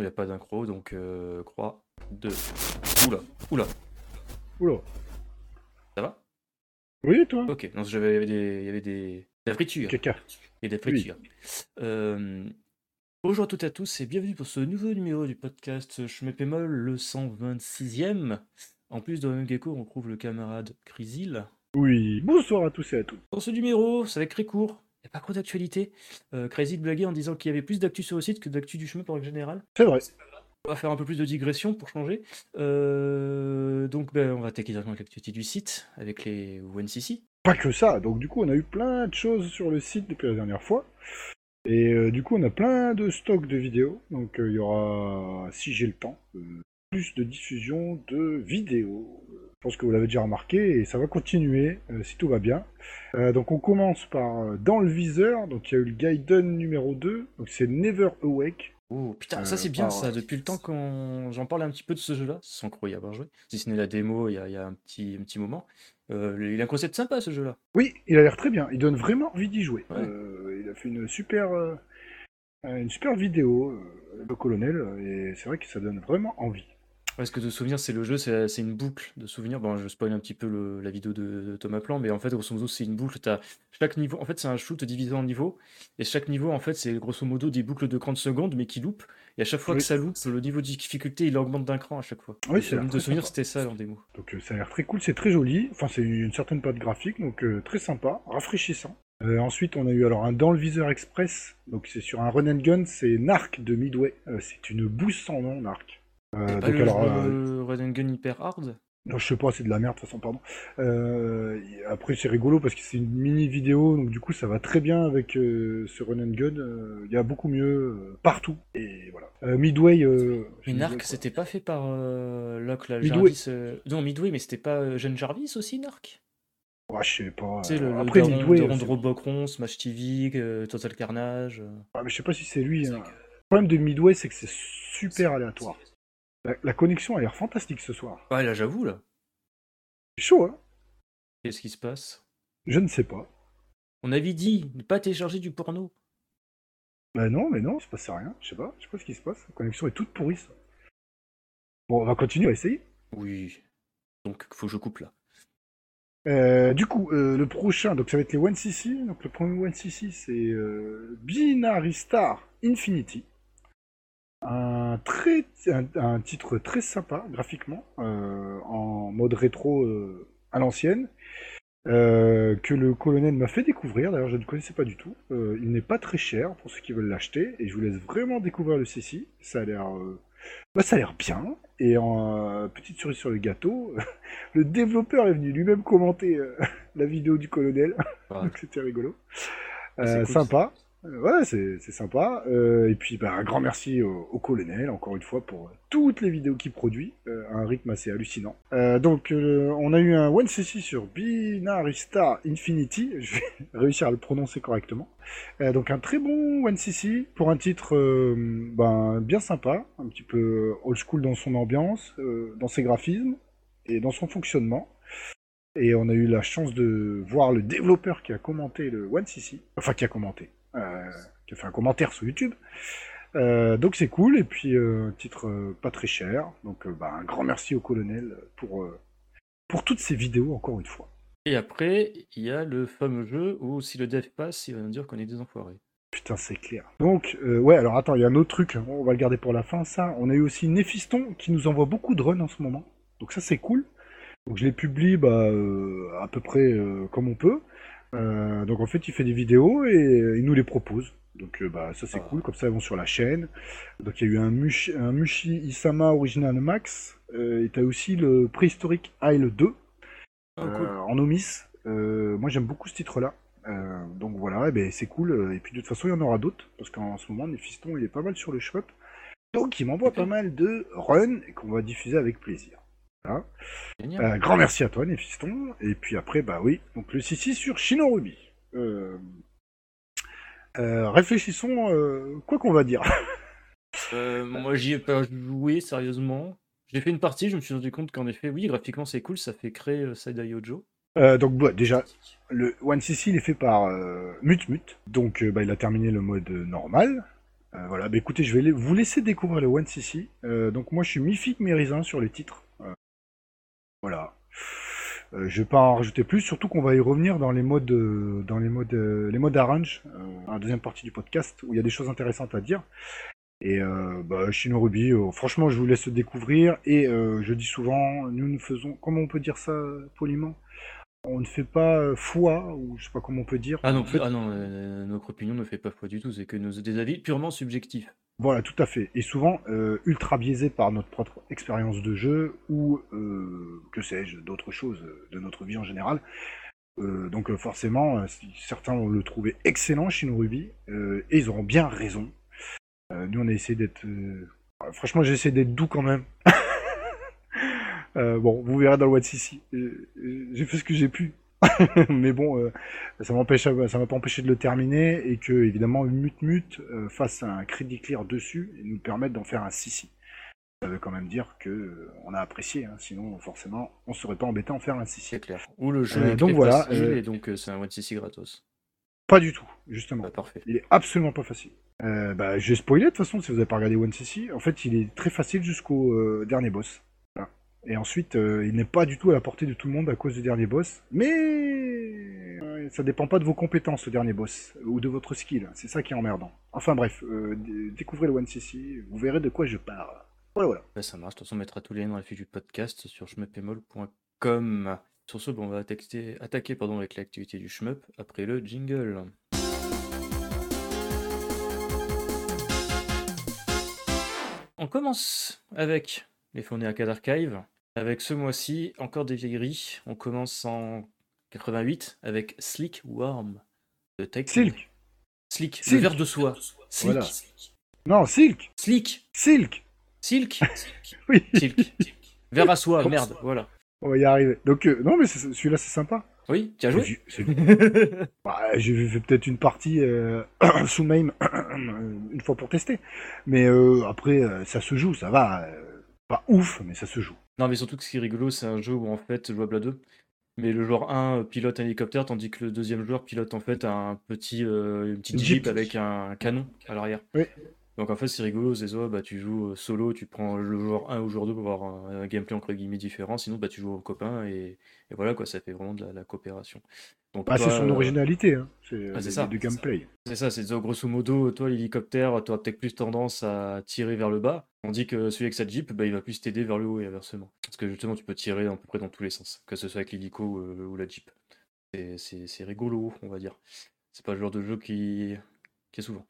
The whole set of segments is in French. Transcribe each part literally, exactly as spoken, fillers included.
n'y a pas d'incro, donc euh, croix, deux. Oula, oula, Oula. ça va? Oui, toi? Ok, non, j'avais, il y avait des, il y avait des, de la friture. Caca. Et des Oui. fritures. Euh, bonjour à toutes et à tous et bienvenue pour ce nouveau numéro du podcast Je me pémol, le cent vingt-sixième. En plus de Même Gecko, on retrouve le camarade Crisil. Oui. Bonsoir à tous et à toutes. Dans ce numéro, ça va être très court, il n'y a pas trop d'actualité. Euh, Crisil blaguait en disant qu'il y avait plus d'actu sur le site que d'actu du chemin en règle générale. C'est vrai. On va faire un peu plus de digression pour changer. Euh, donc ben, on va attaquer directement avec l'actualité du site, avec les O N C C. Pas que ça. Donc du coup, on a eu plein de choses sur le site depuis la dernière fois. Et euh, du coup, on a plein de stocks de vidéos. Donc euh, il y aura, si j'ai le temps, euh, plus de diffusion de vidéos. Je pense que vous l'avez déjà remarqué et ça va continuer euh, si tout va bien. Euh, donc on commence par euh, Dans le viseur. Donc il y a eu le Gaiden numéro deux. Donc c'est Never Awake. Oh putain, Euh, ça c'est bien par- ça, depuis le temps qu'on j'en parle un petit peu de ce jeu-là, sans croire y avoir joué, si ce n'est la démo il y a, il y a un, petit, un petit moment. Euh, il a un concept sympa ce jeu-là. Oui, il a l'air très bien. Il donne vraiment envie d'y jouer. Ouais. Euh, il a fait une super, euh, une super vidéo, euh, le colonel, et c'est vrai que ça donne vraiment envie. Ouais, ce que de souvenir, c'est le jeu, c'est c'est une boucle de souvenirs. Bon, je spoil un petit peu le- la vidéo de, de Thomas Plan, mais en fait, grosso modo, c'est une boucle. T'as chaque niveau, en fait, c'est un shoot divisé en niveaux, et chaque niveau, en fait, c'est grosso modo des boucles de trente secondes, mais qui loupent. Et à chaque fois que Oui, ça loupe, le niveau de difficulté, il augmente d'un cran à chaque fois. oui, De, ça a l'air sou- de très souvenir, sympa. c'était ça en démo. Donc euh, ça a l'air très cool, c'est très joli. Enfin, c'est une certaine patte graphique, donc euh, très sympa, rafraîchissant. Euh, ensuite, on a eu alors un Dans le viseur express. Donc c'est sur un run and gun, c'est Narc de Midway. Euh, c'est une bouse sans nom, Narc. Euh, C'est pas donc le alors, euh, jeu Red and Gun hyper hard? non, je sais pas, c'est de la merde de toute façon, pardon. Euh, y- après, c'est rigolo parce que c'est une mini vidéo, donc du coup, ça va très bien avec euh, ce run and gun. Il y a beaucoup mieux euh, partout. Et voilà. Euh, Midway. Euh, Mais Midway, Narc, quoi. c'était pas fait par euh, Locke, là, Midway. Jarvis. euh, Non, Midway, mais c'était pas euh, Jeanne Jarvis aussi, Narc? Ouais, je sais pas. Tu sais, le, euh, le Après, daron, Midway, euh, daron de c'est. Robocron, Smash T V, euh, Total Carnage. euh. Ouais, mais je sais pas si c'est lui, hein. Le problème de Midway, c'est que c'est super aléatoire. La, la connexion a l'air fantastique ce soir. Ouais, là, j'avoue, là. C'est chaud, hein. Qu'est-ce qui se passe? Je ne sais pas. On avait dit ne pas télécharger du porno. Bah non, mais non, il se passe rien. Je sais pas. Je sais pas ce qui se passe. La connexion est toute pourrie, ça. Bon, on va continuer à essayer. Oui. Donc, faut que je coupe là. Euh, du coup, euh, le prochain, donc ça va être les One C C. Donc le premier One C C, c'est euh, Binary Star Infinity. Un, très, un, un titre très sympa graphiquement, euh, en mode rétro euh, à l'ancienne, euh, que le colonel m'a fait découvrir. D'ailleurs, je ne connaissais pas du tout. Euh, il n'est pas très cher pour ceux qui veulent l'acheter, et je vous laisse vraiment découvrir le C C. Ça a l'air, euh, bah, ça a l'air bien. Et en euh, petite cerise sur le gâteau, le développeur est venu lui-même commenter euh, la vidéo du colonel, Ouais. donc c'était rigolo. Ah, c'est Euh, cool, sympa. Euh, Ouais, c'est c'est sympa. Euh, et puis, bah, un grand merci au, au colonel, encore une fois, pour euh, toutes les vidéos qu'il produit, euh, à un rythme assez hallucinant. Euh, donc, euh, on a eu un One C C sur Binary Star Infinity, je vais réussir à le prononcer correctement. Euh, donc, un très bon One C C pour un titre euh, ben, bien sympa, un petit peu old school dans son ambiance, euh, dans ses graphismes et dans son fonctionnement. Et on a eu la chance de voir le développeur qui a commenté le One C C, enfin qui a commenté, euh, qui a fait un commentaire sur YouTube. Euh, donc c'est cool, et puis euh, titre euh, pas très cher. Donc euh, bah, un grand merci au colonel pour, euh, pour toutes ces vidéos encore une fois. Et après, il y a le fameux jeu où si le dev passe, il va nous dire qu'on est des enfoirés. Putain, c'est clair. Donc, euh, ouais, alors attends, il y a un autre truc, on va le garder pour la fin, ça. On a eu aussi Néphiston qui nous envoie beaucoup de runs en ce moment. Donc ça c'est cool. Donc je les publie bah, euh, à peu près euh, comme on peut. Euh, donc en fait, il fait des vidéos et il nous les propose. Donc euh, bah, ça c'est Ah. cool, comme ça elles vont sur la chaîne. Donc il y a eu un Mushi, un Mushi Isama Original Max. Euh, et t'as aussi le Préhistorique Isle deux Oh, euh, cool. en Omis. Euh, moi j'aime beaucoup ce titre-là. Euh, donc voilà, et ben, c'est cool. Et puis de toute façon, il y en aura d'autres. Parce qu'en ce moment, Néphiston il est pas mal sur le shop. Donc il m'envoie Super. pas mal de runs et qu'on va diffuser avec plaisir. Voilà. Génial. Euh, grand merci à toi, Néphiston. Et puis après, bah oui, donc le C C sur Shinorubi. Euh, euh, réfléchissons, euh, quoi qu'on va dire. Euh, moi, j'y ai pas joué sérieusement. J'ai fait une partie, je me suis rendu compte qu'en effet, oui, graphiquement c'est cool, ça fait créer euh, Side Yojo. Euh, donc bah, déjà, le One C C il est fait par euh, Mut Mut. Donc euh, bah, il a terminé le mode normal. Euh, voilà, bah écoutez, je vais la- vous laisser découvrir le One C C. Euh, donc moi, je suis mi-figue, mi-raisin sur les titres. Euh, voilà. Euh, je vais pas en rajouter plus, surtout qu'on va y revenir dans les modes, euh, dans les modes, euh, les modes arrange, euh, dans la deuxième partie du podcast, où il y a des choses intéressantes à dire. Et euh, bah, Shinorubi, euh, franchement, je vous laisse découvrir. Et euh, je dis souvent, nous nous faisons, comment on peut dire ça euh, poliment? On ne fait pas euh, foi, ou je sais pas comment on peut dire. Ah non, En plus- fait, ah non, euh, notre opinion ne fait pas foi du tout, c'est que nos des avis purement subjectifs. voilà, tout à fait. Et souvent euh, ultra biaisé par notre propre expérience de jeu ou, euh, que sais-je, d'autres choses euh, de notre vie en général. Euh, donc euh, forcément, euh, si certains vont le trouver excellent, Shinorubi, euh, et ils auront bien raison. Euh, nous, on a essayé d'être... euh, Franchement, j'ai essayé d'être doux quand même. Euh, bon, vous verrez dans le What C C. Euh, euh, J'ai fait ce que j'ai pu. Mais bon, euh, ça m'empêche, ça m'a pas empêché de le terminer et que, évidemment, Mut Mut euh, fasse un Credit Clear dessus et nous permette d'en faire un C C. Ça veut quand même dire que euh, on a apprécié, hein, sinon forcément on serait pas embêté à en faire un C C. C'est clair. Ou le jeu Euh, est, donc est voilà, facile euh, et donc euh, c'est un one C C gratos. pas du tout, justement. Bah, parfait. Il est absolument pas facile. Euh, bah, j'ai spoilé de toute façon si vous avez pas regardé One C C. En fait, il est très facile jusqu'au euh, dernier boss. Voilà. Et ensuite, euh, il n'est pas du tout à la portée de tout le monde à cause du dernier boss. Mais euh, ça dépend pas de vos compétences, le dernier boss, ou de votre skill. C'est ça qui est emmerdant. Enfin bref, euh, d- découvrez le One C C, vous verrez de quoi je parle. Voilà, voilà. Bah, ça marche. De toute façon, on mettra tous les liens dans la fiche du podcast sur shmuppémol point com. Sur ce, bon, on va attaquer, attaquer pardon, avec l'activité du shmup après le jingle. On commence avec les fournées Arcade Archive. Avec ce mois-ci, encore des vieilleries. On commence en quatre-vingt-huit avec Slick Worm de Taiko. Silk. Slick, le Silk. verre de soie. Slick. Voilà. Non, Silk. Slick. Silk. Silk. Oui. Silk. Verre à soie, merde, voilà. On va y arriver. Donc, euh, non, mais c'est- celui-là, c'est sympa. Oui, tu as joué J'ai c'est- Bah, j'ai fait peut-être une partie euh, sous MAME une fois pour tester. Mais euh, après, euh, ça se joue, ça va. euh, pas ouf, mais ça se joue. Non, mais surtout que ce qui est rigolo, c'est un jeu où en fait, jouable à deux. Mais le joueur un euh, pilote un hélicoptère, tandis que le deuxième joueur pilote en fait un petit, euh, une petite Une Jeep Jeep. avec un canon à l'arrière. Oui. Donc en fait, c'est rigolo, c'est soit bah, tu joues euh, solo, tu prends le joueur un ou le joueur deux pour avoir un, un gameplay entre guillemets différent, sinon bah, tu joues au copain et, et voilà quoi, ça fait vraiment de la, la coopération. Donc Bah, toi, c'est son euh, originalité, hein. C'est ah, euh, c'est les, ça. les deux gameplay. C'est ça, c'est grosso modo, toi l'hélicoptère, tu auras peut-être plus tendance à tirer vers le bas, tandis que celui avec sa Jeep, bah, il va plus t'aider vers le haut et inversement. Parce que justement, tu peux tirer à peu près dans tous les sens, que ce soit avec l'hélico ou, euh, ou la Jeep. C'est- C'est c'est rigolo, on va dire. C'est pas le genre de jeu qui, qui est souvent.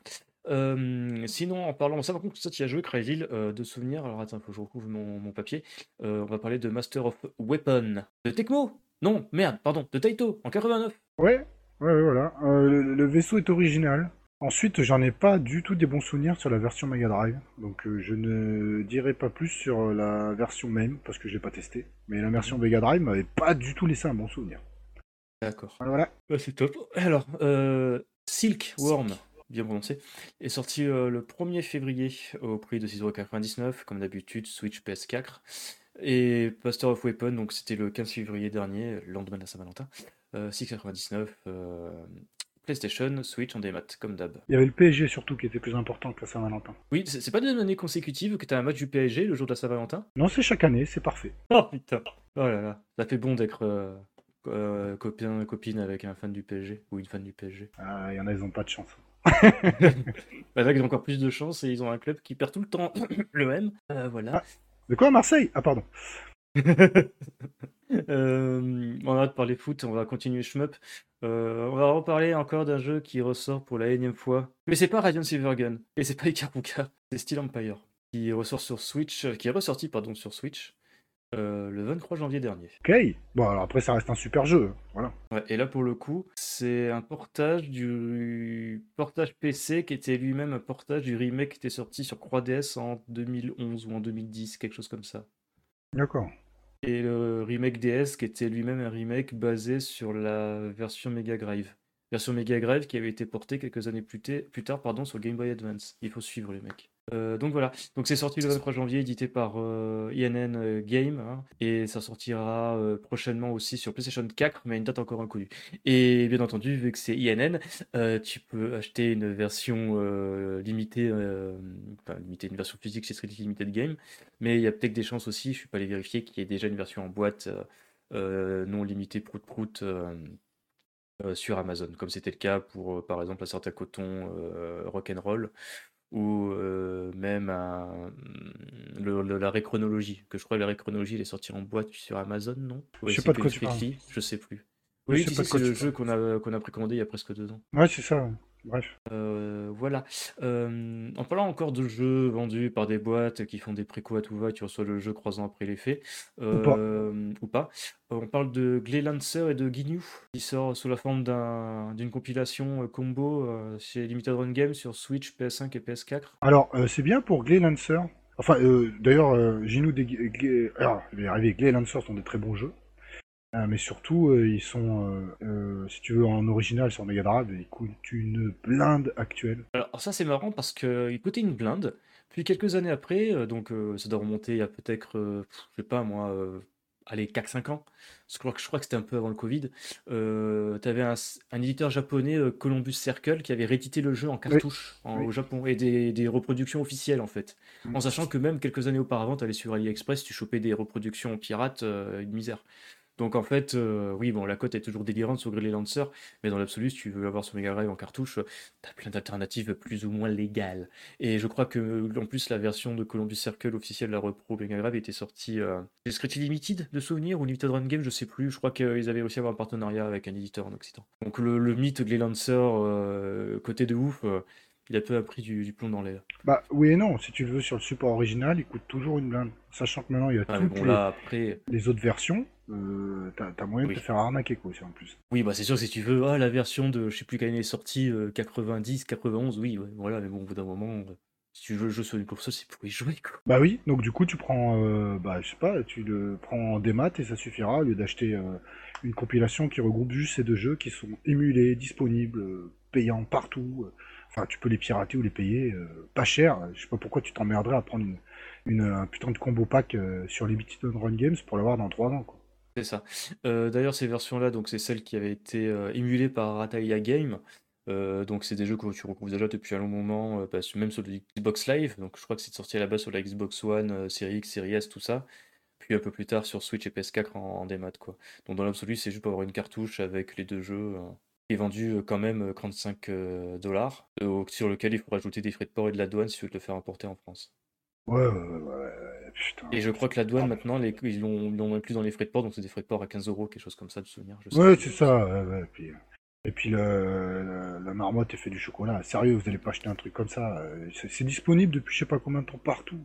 Euh, sinon, en parlant, ça par contre, ça tu y as joué, Cryville, euh, de souvenirs. Alors attends, faut que je retrouve mon, mon papier. Euh, on va parler de Master of Weapon. De Tecmo. Non, merde, pardon, de Taito, en quatre-vingt-neuf. Ouais, ouais, ouais, voilà. Euh, le, le vaisseau est original. Ensuite, j'en ai pas du tout des bons souvenirs sur la version Mega Drive. Donc, euh, je ne dirai pas plus sur la version même, parce que je l'ai pas testé. Mais la version Mega Drive m'avait pas du tout laissé un bon souvenir. D'accord. Voilà, voilà. Bah, c'est top. Alors, euh, Silk Worm, bien prononcé, est sorti euh, le premier février au prix de six euros quatre-vingt-dix-neuf, comme d'habitude, Switch P S quatre. Et Master of Weapon, donc c'était le quinze février dernier, le lendemain de la Saint-Valentin. Euh, six euros quatre-vingt-dix-neuf, euh, PlayStation, Switch en démat, comme d'hab. Il y avait le P S G surtout qui était plus important que la Saint-Valentin. Oui, c'est c'est pas deux années consécutives que t'as un match du P S G le jour de la Saint-Valentin? Non, c'est chaque année, c'est parfait. Oh putain. Oh là là, ça fait bon d'être euh, euh, copain, copine avec un fan du P S G, ou une fan du P S G. Ah, il y en a, ils ont pas de chance. Bah là, ils ont encore plus de chance et ils ont un club qui perd tout le temps le M. Euh, voilà. Ah. De quoi, Marseille? Ah, pardon. Euh, on arrête de parler foot, on va continuer shmup. Euh, on va reparler encore d'un jeu qui ressort pour la énième fois. Mais c'est pas Radiant Silvergun, et c'est pas Ikaruga, c'est Steel Empire, qui ressort sur Switch, qui est ressorti pardon sur Switch euh, le vingt-trois janvier dernier. Ok. Bon, alors après, ça reste un super jeu. Voilà. Ouais, et là pour le coup, c'est un portage du portage P C qui était lui-même un portage du remake qui était sorti sur trois D S en deux mille onze ou en deux mille dix, quelque chose comme ça. D'accord. Et le remake D S qui était lui-même un remake basé sur la version Mega Drive. Version Mega Drive qui avait été portée quelques années plus, plus tard pardon, sur Game Boy Advance. Il faut suivre les mecs. Euh, donc voilà, donc c'est sorti le vingt-trois janvier, édité par euh, I N N euh, Game, hein, et ça sortira euh, prochainement aussi sur PlayStation quatre, mais à une date encore inconnue. Et bien entendu, vu que c'est I N N, euh, tu peux acheter une version euh, limitée, euh, enfin limitée, une version physique chez Street Limited Game, mais il y a peut-être des chances aussi, je suis pas allé vérifier, qu'il y ait déjà une version en boîte euh, euh, non limitée prout-prout euh, euh, sur Amazon, comme c'était le cas pour, euh, par exemple, un certain coton euh, Rock'n'Roll ou euh, même un- le- le- la réchronologie, que je crois que la réchronologie elle est sortie en boîte sur Amazon, non? Ou Je sais c'est pas de que quoi tu parles. Discretely, je sais plus. Je Oui, sais tu pas sais, de c'est quoi le tu jeu parles. qu'on a, qu'on a précommandé il y a presque deux ans. Ouais, c'est ça. Ouais. Bref. Euh, voilà. Euh, en parlant encore de jeux vendus par des boîtes qui font des précos à tout va, tu reçois le jeu trois ans après les faits, Ou pas. euh, ou pas. Euh, on parle de Gley Lancer et de Ginyu, qui sort sous la forme d'un, d'une compilation euh, combo euh, chez Limited Run Games sur Switch, P S cinq et P S quatre. Alors, euh, c'est bien pour Gley Lancer. Enfin, euh, d'ailleurs, euh, Ginu des Gley... Alors, je vais y arriver. Gley Lancer sont des très bons jeux. Euh, mais surtout, euh, ils sont, euh, euh, si tu veux, en original sur Mega Drive, ils coûtent une blinde actuelle. Alors ça c'est marrant parce qu'il coûtait une blinde, puis quelques années après, euh, donc euh, ça doit remonter à peut-être, euh, pff, je sais pas moi, euh, allez quatre cinq ans, je crois que, je crois que c'était un peu avant le Covid, euh, tu avais un, s- un éditeur japonais, euh, Columbus Circle, qui avait réédité le jeu en Oui, cartouche en- oui. au Japon, et des, des reproductions officielles en fait. Mm. En sachant que même quelques années auparavant, tu allais sur AliExpress, tu chopais des reproductions pirates, euh, une misère. Donc en fait, euh, oui, bon, la cote est toujours délirante sur Grizzly Lancer, mais dans l'absolu, si tu veux l'avoir sur Mega Drive en cartouche, euh, t'as plein d'alternatives plus ou moins légales. Et je crois que en plus la version de Columbus Circle officielle de la repro Mega Drive était sortie euh, chez Scratchy Limited de souvenirs ou Limited Run Game, je sais plus. Je crois qu'ils avaient réussi à avoir un partenariat avec un éditeur en Occident. Donc le, le mythe Grizzly Lancer, euh, côté de ouf, euh, il a peu appris du, du plomb dans l'air. Bah oui et non, si tu le veux sur le support original, il coûte toujours une blinde. Sachant que maintenant il y a Ah mais toutes bon les, là après. les autres versions, euh, t'as, t'as moyen de te Oui. faire arnaquer quoi aussi en plus. Oui, bah c'est sûr, si tu veux, ah, la version de, je sais plus quelle année est sortie, euh, quatre-vingt-dix, quatre-vingt-onze, oui, ouais, voilà, mais bon, au bout d'un moment, euh, si tu veux le jeu sur une console, c'est pour y jouer, quoi. Bah oui, donc du coup tu prends, euh, bah je sais pas, tu le prends en démat et ça suffira au lieu d'acheter euh, une compilation qui regroupe juste ces deux jeux qui sont émulés, disponibles, euh, payants partout. euh. Enfin, tu peux les pirater ou les payer euh, pas cher. Je sais pas pourquoi tu t'emmerderais à prendre une, une, un putain de combo pack euh, sur Limited Run Games pour l'avoir dans trois ans quoi. C'est ça. Euh, d'ailleurs, ces versions-là, donc c'est celles qui avaient été euh, émulées par Ratalia Game. Euh, donc c'est des jeux que tu retrouves déjà depuis un long moment, euh, parce- même sur le Xbox Live. Donc je crois que c'est sorti à la base sur la Xbox One, euh, Series X, Series S, tout ça. Puis un peu plus tard sur Switch et P S quatre en, en démat, quoi. Donc dans l'absolu, c'est juste pour avoir une cartouche avec les deux jeux, euh, qui est vendu euh, quand même euh, trente-cinq euh, dollars, euh, sur lequel il faut rajouter des frais de port et de la douane si tu veux te le faire importer en France. Ouais, ouais, ouais, ouais, ouais, putain. Et je crois que la douane, Ah, maintenant, les- ils l'ont ils l'ont inclus dans les frais de port, donc c'est des frais de port à quinze euros, quelque chose comme ça, de souvenir, je sais ouais, plus. c'est ça. Ouais, ouais, puis, euh, et puis le, le- la marmotte est fait du chocolat. Sérieux, vous allez pas acheter un truc comme ça. euh, C'est c'est disponible depuis je sais pas combien de temps partout.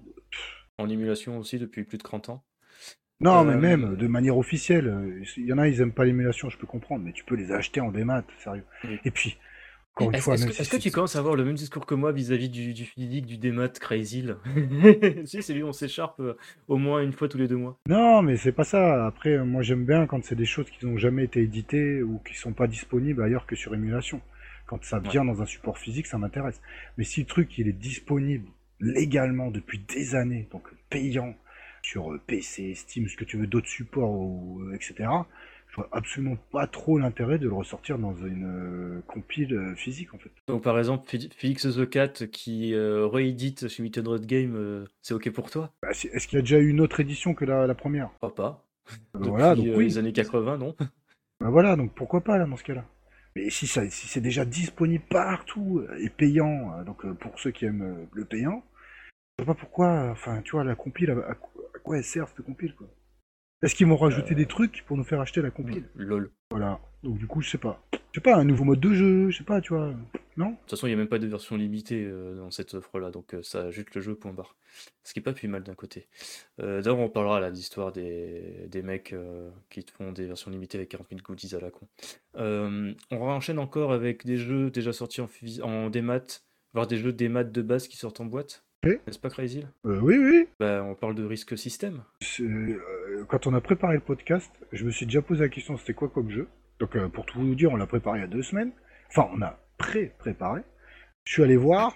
En émulation aussi depuis plus de trente ans. Non, mais Euh, même de manière officielle. euh, Il y en a, ils aiment pas l'émulation, je peux comprendre, mais tu peux les acheter en démat, sérieux. oui. Et puis, Et encore une Est-ce fois, est-ce même que, si est-ce que c'est. tu commences à avoir le même discours que moi vis-à-vis du, du physique, du démat Crazy là? Si, c'est lui, on s'écharpe euh, au moins une fois tous les deux mois. Non, mais c'est pas ça. Après, euh, moi j'aime bien quand c'est des choses qui n'ont jamais été éditées ou qui sont pas disponibles ailleurs que sur émulation. Quand ça Ouais. vient dans un support physique, ça m'intéresse. Mais si le truc il est disponible légalement depuis des années, donc payant sur euh, P C, Steam, ce que tu veux, d'autres supports, ou, euh, et cetera, je vois absolument pas trop l'intérêt de le ressortir dans une euh, compile euh, physique en fait. Donc par exemple, Fé- Félix the Cat qui euh, réédite chez Meet Road Game, euh, c'est ok pour toi? Bah, c'est- Est-ce qu'il y a déjà eu une autre édition que la, la première? Pas pas. Euh, Voilà, Depuis donc euh, les oui. années quatre-vingts, non? Bah voilà, donc pourquoi pas là dans ce cas-là. Mais si ça, si c'est déjà disponible partout euh, et payant, euh, donc euh, pour ceux qui aiment euh, le payant, je vois pas pourquoi, euh, enfin tu vois, la compile, à, à quoi à quoi elle sert cette compile quoi? Est-ce qu'ils vont rajouter des Euh, trucs pour nous faire acheter la mm, compile? lol. Voilà, donc du coup je sais pas. Je sais pas, un nouveau mode de jeu, je sais pas, tu vois. Non? De toute façon, il n'y a même pas de version limitée euh, dans cette offre-là, donc euh, ça ajoute le jeu, point barre. Ce qui est pas plus mal d'un côté. Euh, D'ailleurs, on parlera là d'histoire des, des mecs euh, qui te font des versions limitées avec quarante mille goodies à la con. Euh, on enchaîne encore avec des jeux déjà sortis en, phys- en démat, voire des jeux démat de base qui sortent en boîte. Ok. N'est-ce pas, Crazy? Euh, oui, oui. Bah, on parle de Risk System. C'est, euh, quand on a préparé le podcast, je me suis déjà posé la question c'était quoi comme jeu. Donc euh, pour tout vous dire, on l'a préparé il y a deux semaines. Enfin, on a pré-préparé. Je suis allé voir.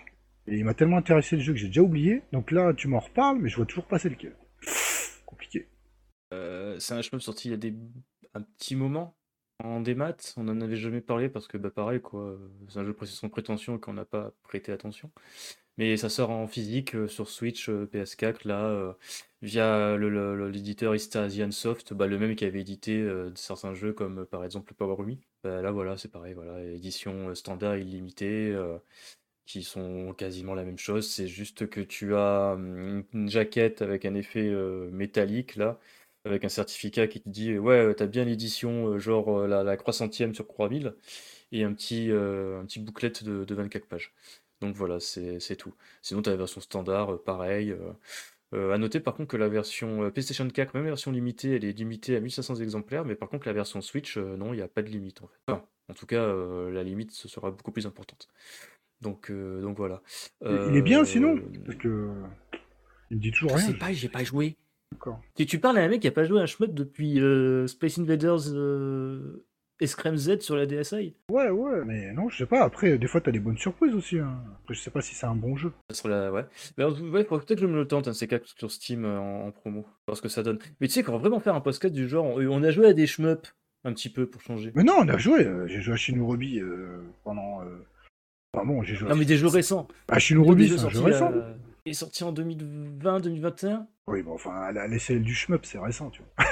Et il m'a tellement intéressé le jeu que j'ai déjà oublié. Donc là, tu m'en reparles, mais je vois toujours pas c'est lequel. Compliqué. Euh, c'est un shmup sorti il y a des... un petit moment en démat. On en avait jamais parlé parce que, bah, pareil, quoi. C'est un jeu pré- sans prétention et qu'on n'a pas prêté attention. Mais ça sort en physique euh, sur Switch, euh, P S quatre, là, euh, via le- le- le- l'éditeur East Asian Soft, bah, le même qui avait édité euh, certains jeux comme euh, par exemple Power Me. Bah, là, voilà, c'est pareil, voilà, édition euh, standard illimitée, euh, qui sont quasiment la même chose. C'est juste que tu as hum, une jaquette avec un effet euh, métallique, là, avec un certificat qui te dit, ouais, euh, t'as bien l'édition, euh, genre euh, la, la croix centième sur trois mille et un petit, euh, un petit booklet de, de vingt-quatre pages. Donc voilà, c'est c'est tout. Sinon, tu as la version standard, euh, pareil. Euh, euh, à noter par contre que la version euh, PlayStation quatre, même la version limitée, elle est limitée à mille cinq cents exemplaires, mais par contre la version Switch, euh, non, il n'y a pas de limite en fait. Enfin, en tout cas, euh, la limite ce sera beaucoup plus importante. Donc, euh, donc voilà. Il est bien sinon? Euh, Parce que il me dit toujours je rien. sais Je... pas, j'ai pas joué. D'accord. Si tu parles à un mec qui a pas joué à un shmup depuis euh, Space Invaders euh, Eskrem Z sur la D S i, Ouais, ouais, mais non, je sais pas. Après, des fois, t'as des bonnes surprises aussi. Hein. Après, je sais pas si c'est un bon jeu. ça sera la... ouais. Mais alors, ouais, faudrait peut-être que je me le tente, un C quatre sur Steam euh, en, en promo. Voir ce que ça donne. Mais tu sais qu'on va vraiment faire un podcast du genre, on, on a joué à des shmups un petit peu pour changer. Mais non, on a joué. euh, j'ai joué à Shinorubi euh, pendant. Euh... Enfin bon, j'ai joué Non mais des jeux récents. à... à Plutôt des Shinorubi, jeux c'est un jeu sortis récent. à... Il est sorti en deux mille vingt, deux mille vingt et un. Oui, bon, enfin, à la- à l'échelle du shmup, c'est récent, tu vois.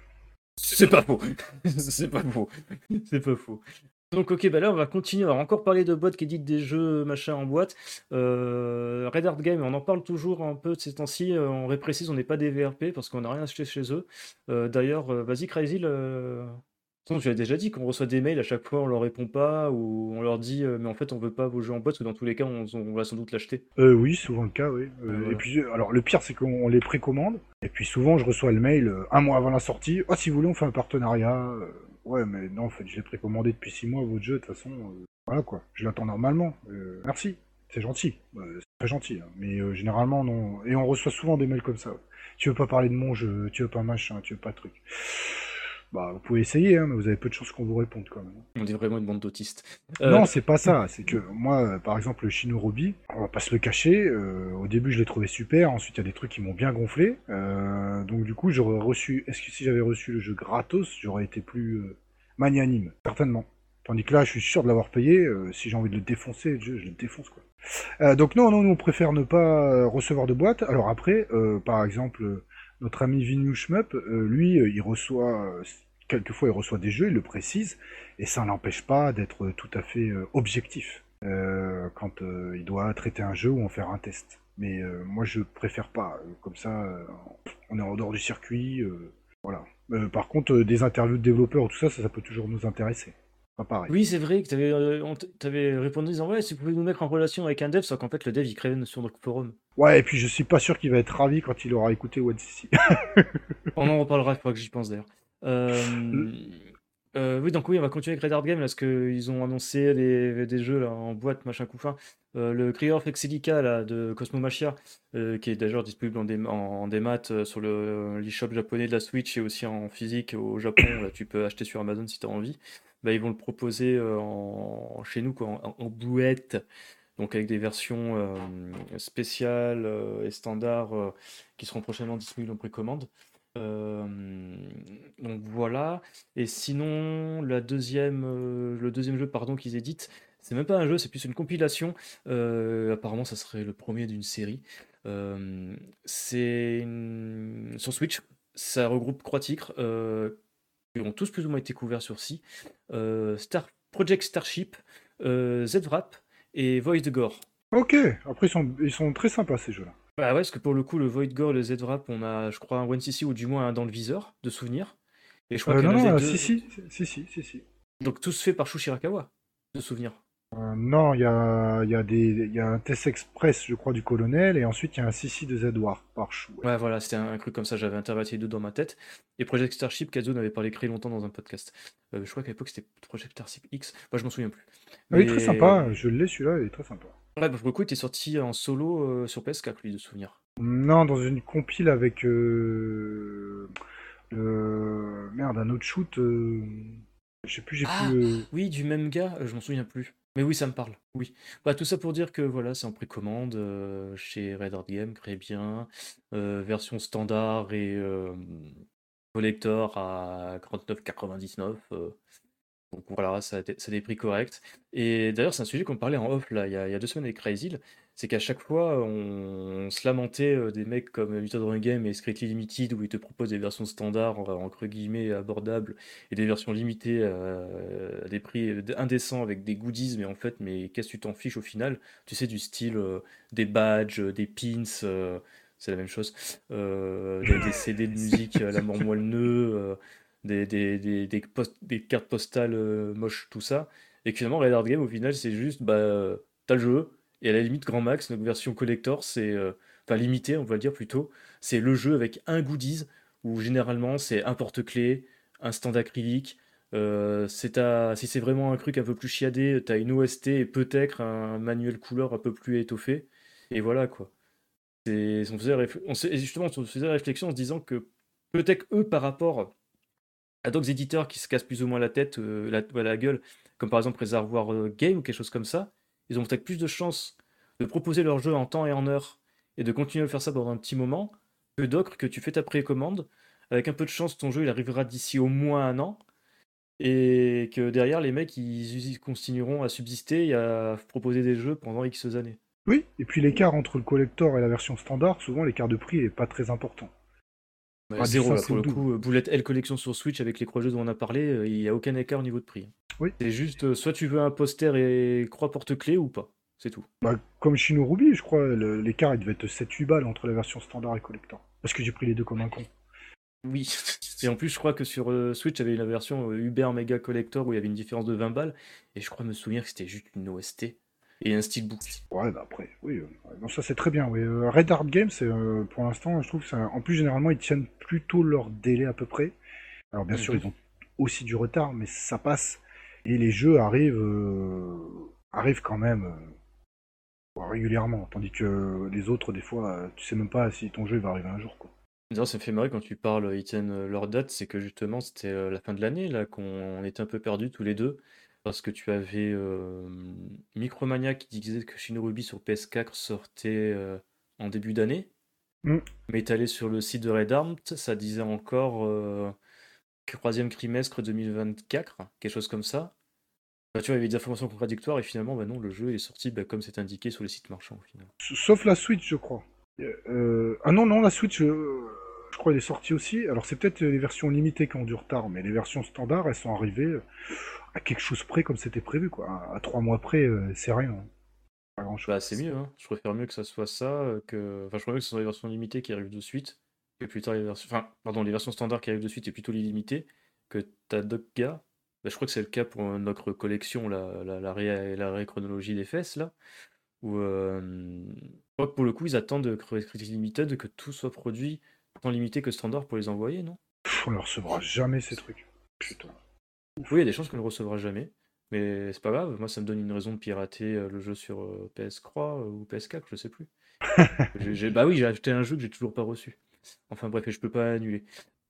C'est pas faux. C'est pas faux. C'est pas faux. Donc ok, bah là on va continuer, on va encore parler de boîtes qui éditent des jeux machin en boîte. Euh, Red Art Game, on en parle toujours un peu de ces temps-ci, euh, on réprécise, on n'est pas des V R P parce qu'on n'a rien acheté chez eux. Euh, d'ailleurs, euh, vas-y Crazy, le... Attends, tu as déjà dit qu'on reçoit des mails à chaque fois, on leur répond pas, ou on leur dit euh, mais en fait on veut pas vos jeux en boîte, parce que dans tous les cas on, on va sans doute l'acheter. Euh, oui, souvent le cas, oui. Euh, Euh, et voilà. puis, euh, alors, le pire, c'est qu'on les précommande. Et puis, souvent, je reçois le mail euh, un mois avant la sortie. Oh, si vous voulez, on fait un partenariat. Euh, ouais, mais non, en fait, je l'ai précommandé depuis six mois, votre jeu, de toute façon. euh, voilà, quoi. Je l'attends normalement. Euh, merci. C'est gentil. Euh, c'est très gentil. Hein. Mais euh, généralement, non. Et on reçoit souvent des mails comme ça. Ouais. Tu veux pas parler de mon jeu, tu veux pas machin, tu veux pas truc. Bah, vous pouvez essayer, hein, mais vous avez peu de chances qu'on vous réponde quand même. On est vraiment une bande d'autistes. Euh, Non, c'est pas ça. C'est que moi, euh, par exemple, le Shinorubi, on va pas se le cacher. Euh, au début, je l'ai trouvé super. Ensuite, il y a des trucs qui m'ont bien gonflé. Euh, donc, du coup, j'aurais reçu. Est-ce que si j'avais reçu le jeu gratos, j'aurais été plus euh, magnanime, certainement. Tandis que là, je suis sûr de l'avoir payé. Euh, si j'ai envie de le défoncer, le jeu, je le défonce quoi. Euh, donc non, non, nous on préfère ne pas euh, recevoir de boîte. Alors après, euh, par exemple, euh, notre ami Vinu Shmup, euh, lui, euh, il reçoit euh, quelquefois il reçoit des jeux, il le précise, et ça n'empêche pas d'être tout à fait euh, objectif euh, quand euh, il doit traiter un jeu ou en faire un test. Mais euh, moi je préfère pas, euh, comme ça euh, on est en dehors du circuit, euh, voilà. Euh, par contre, euh, des interviews de développeurs, tout ça, ça, ça peut toujours nous intéresser. Pas pareil. Oui, c'est vrai que tu avais, répondu en disant ouais, si vous pouvez nous mettre en relation avec un dev, sauf qu'en fait le dev il crée sur notre forum. Ouais, et puis je suis pas sûr qu'il va être ravi quand il aura écouté One C C. On en reparlera, il faudra que j'y pense d'ailleurs. Euh, euh, oui, donc oui, on va continuer avec Red Art Game parce qu'ils ont annoncé des, des jeux là, en boîte, machin couffin. Euh, le Crier of Exilica là, de Cosmo Machia, euh, qui est d'ailleurs disponible en, dé en, en démat euh, sur le l'eShop japonais de la Switch et aussi en physique au Japon. Là, tu peux acheter sur Amazon si tu as envie. Bah, ils vont le proposer euh, en, chez nous quoi, en, en boîte, donc avec des versions euh, spéciales euh, et standards euh, qui seront prochainement disponibles en précommande. Euh, donc voilà. Et sinon, la deuxième, euh, le deuxième jeu pardon, qu'ils éditent, c'est même pas un jeu, c'est plus une compilation. Euh, apparemment, ça serait le premier d'une série. Euh, c'est une- sur Switch. Ça regroupe trois titres euh, qui ont tous plus ou moins été couverts sur Si. Euh, Star, Project Starship, euh, Z-Wrap et Void Gore. Ok, après ils sont, ils sont très sympas ces jeux-là. Bah ouais, parce que pour le coup, le Void Gore et le Z-Wrap, on a, je crois, un One C C ou du moins un dans le viseur de souvenir. Et je crois Euh, que non, les non, euh, si, deux. si, si, si, si, si. Donc tous faits par Shu Shirakawa, de souvenir. Euh, non, il y a, il y, a des, il y a un test express, je crois, du colonel, et ensuite il y a un Sissi de Zedward par chou. Ouais. Ouais, voilà, c'était un, un truc comme ça, j'avais interverti les deux dans ma tête. Et Project Starship, Kazu en avait parlé très longtemps dans un podcast. Euh, je crois qu'à l'époque c'était Project Starship X, moi je m'en souviens plus. Ah, il est très Mais. sympa, je l'ai celui-là, il est très sympa. Ouais, bah, pour le coup, il était sorti en solo euh, sur P S quatre, lui, de souvenir. Non, dans une compile avec. Euh, euh, merde, un autre shoot. Euh, je sais plus, j'ai plus Ah, le. oui, du même gars, euh, je m'en souviens plus. Mais oui, ça me parle, oui. Bah, tout ça pour dire que voilà, c'est en précommande euh, chez Red Hard Game, très bien. Euh, version standard et euh, collector à quarante-neuf quatre-vingt-dix-neuf. euh, donc voilà, ça a, des ça a des prix corrects. Et d'ailleurs, c'est un sujet qu'on parlait en off là, il y a, il y a deux semaines avec Crazy, c'est qu'à chaque fois, on, se lamentait euh, des mecs comme Mutant Run Game et Strictly Limited où ils te proposent des versions standards, euh, entre guillemets, abordables, et des versions limitées euh, à des prix indécents avec des goodies, mais en fait, mais qu'est-ce que tu t'en fiches au final? Tu sais, du style euh, des badges, euh, des pins, euh, c'est la même chose, euh, des, des C D de musique à la mort moelleux, euh, des, des, des, des, post- des cartes postales euh, moches, tout ça. Et que finalement, Red Hard Game, au final, c'est juste, bah, euh, t'as le jeu, et à la limite, grand max, notre version collector, c'est, euh, enfin limitée, on va le dire plutôt, c'est le jeu avec un goodies, où généralement, c'est un porte-clés, un stand acrylique. Euh, c'est ta- si c'est vraiment un truc un peu plus chiadé, t'as une O S T et peut-être un manuel couleur un peu plus étoffé. Et voilà, quoi. C'est, on faisait réfl- on s'est- justement, on se faisait réflexion en se disant que peut-être eux, par rapport à d'autres éditeurs qui se cassent plus ou moins la tête, euh, la, ouais, la gueule, comme par exemple Réservoir euh, Game ou quelque chose comme ça, ils ont peut-être plus de chances de proposer leur jeu en temps et en heure et de continuer à faire ça pendant un petit moment que d'autres que tu fais ta précommande. Avec un peu de chance, ton jeu il arrivera d'ici au moins un an et que derrière les mecs ils, ils continueront à subsister et à proposer des jeux pendant X années. Oui, et puis l'écart entre le collector et la version standard, souvent l'écart de prix est pas très important. Ouais, Ah, du zéro ça, là c'est pour le le double. coup, euh, Bullet Hell Collection sur Switch avec les croix jeux dont on a parlé, euh, il n'y a aucun écart au niveau de prix. Oui. C'est juste, euh, soit tu veux un poster et croix porte-clés ou pas. C'est tout. Bah, comme Shino Ruby, je crois, le- l'écart il devait être sept huit balles entre la version standard et collector. Parce que j'ai pris les deux comme un con. Oui. Et en plus, je crois que sur euh, Switch, il y avait la version euh, Uber Mega Collector où il y avait une différence de vingt balles. Et je crois me souvenir que c'était juste une O S T et un steelbook. Ouais, bah après, oui. euh, ouais, non, ça c'est très bien. Oui. Euh, Red Hard Games, c'est, euh, pour l'instant, je trouve que ça- en plus, généralement, ils tiennent plutôt leur délai à peu près. Alors, bien sûr, Mhm. ils ont aussi du retard, mais ça passe. Et les jeux arrivent, euh, arrivent quand même euh, régulièrement. Tandis que les autres, des fois, euh, tu sais même pas si ton jeu va arriver un jour, quoi. D'ailleurs, ça me fait marrer quand tu parles, euh, ils tiennent euh, leur date, c'est que justement, c'était euh, la fin de l'année, là, qu'on on était un peu perdus tous les deux. Parce que tu avais euh, Micromania qui disait que Shinorubi sur P S quatre sortait euh, en début d'année. Hmm. Mais t'allais sur le site de Red Armed, ça disait encore euh, troisième trimestre deux mille vingt-quatre, quelque chose comme ça. Bah, tu vois, il y avait des informations contradictoires et finalement, bah non, le jeu est sorti bah, comme c'est indiqué sur les sites marchands au final. Sauf la Switch, je crois. Euh, euh, ah non, non, la Switch, euh, je crois, elle est sortie aussi. Alors, c'est peut-être les versions limitées qui ont du retard, mais les versions standards, elles sont arrivées euh, à quelque chose près comme c'était prévu, quoi. À, à trois mois près, euh, c'est rien. Hein. Pas grand-chose. Bah, c'est mieux, hein. Je préfère mieux que ça soit ça euh, que. Enfin, je préfère mieux que ce soit les versions limitées qui arrivent de suite que plus tard les versions. Enfin, pardon, les versions standards qui arrivent de suite et plutôt les limitées que t'as d'autres gars. Bah, je crois que c'est le cas pour euh, notre collection, la, la, la, ré, la ré chronologie des fesses, là. Où, euh, je crois que pour le coup, ils attendent de Crisis Limited que tout soit produit tant limité que standard pour les envoyer, non? Pff, on ne recevra jamais ces trucs. Putain. Oui, il y a Ouf. des chances qu'on ne le recevra jamais. Mais c'est pas grave, moi ça me donne une raison de pirater euh, le jeu sur euh, P S trois euh, ou P S quatre, je sais plus. J'ai- j'ai- Bah oui, j'ai acheté un jeu que j'ai toujours pas reçu. Enfin bref, et je peux pas annuler.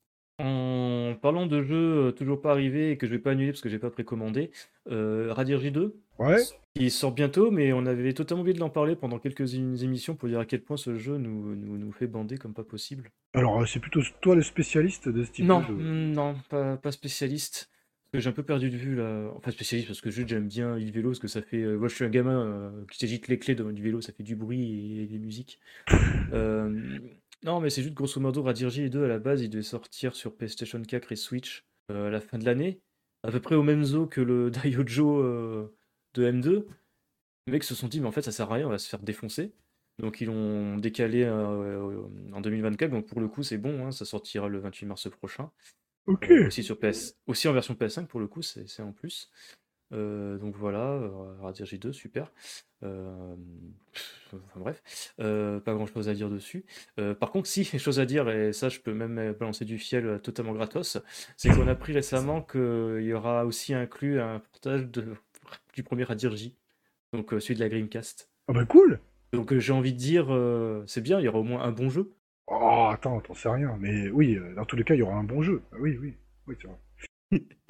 En parlant de jeux euh, toujours pas arrivés et que je vais pas annuler parce que j'ai pas précommandé, euh, Radirji deux, Ouais. il sort bientôt, mais on avait totalement oublié de l'en parler pendant quelques é- émissions pour dire à quel point ce jeu nous, nous, nous fait bander comme pas possible. Alors, euh, c'est plutôt toi le spécialiste de ce type de Non, jeu. mm, non, pas, pas spécialiste. Parce que j'ai un peu perdu de vue là. Enfin, spécialiste parce que juste j'aime bien le vélo, parce que ça fait. euh, Moi, je suis un gamin euh, qui s'agite les clés de- du vélo, ça fait du bruit et des musiques. Euh, Non, mais c'est juste grosso modo, Radirji deux à la base, il devait sortir sur PlayStation quatre et Switch euh, à la fin de l'année, à peu près au même zoo que le Daijojo euh, de M deux. Les mecs se sont dit, mais en fait, ça sert à rien, on va se faire défoncer. Donc, ils l'ont décalé euh, en deux mille vingt-quatre. Donc, pour le coup, c'est bon, hein, ça sortira le vingt-huit mars prochain. Ok. Euh, aussi sur P S, aussi en version P S cinq pour le coup, c'est c'est en plus. Euh, donc voilà, euh, Radir J deux, super. Euh, enfin bref, euh, pas grand chose à dire dessus. Euh, par contre, si, chose à dire, et ça je peux même euh, balancer du fiel euh, totalement gratos, c'est qu'on a appris récemment qu'il y aura aussi inclus un portage de, du premier Radir J, donc euh, celui de la Dreamcast. Ah bah cool. Donc euh, j'ai envie de dire, euh, c'est bien, il y aura au moins un bon jeu. Oh, attends, t'en sais rien. Mais oui, euh, dans tous les cas, il y aura un bon jeu. Ah oui, oui. Oui, c'est vrai.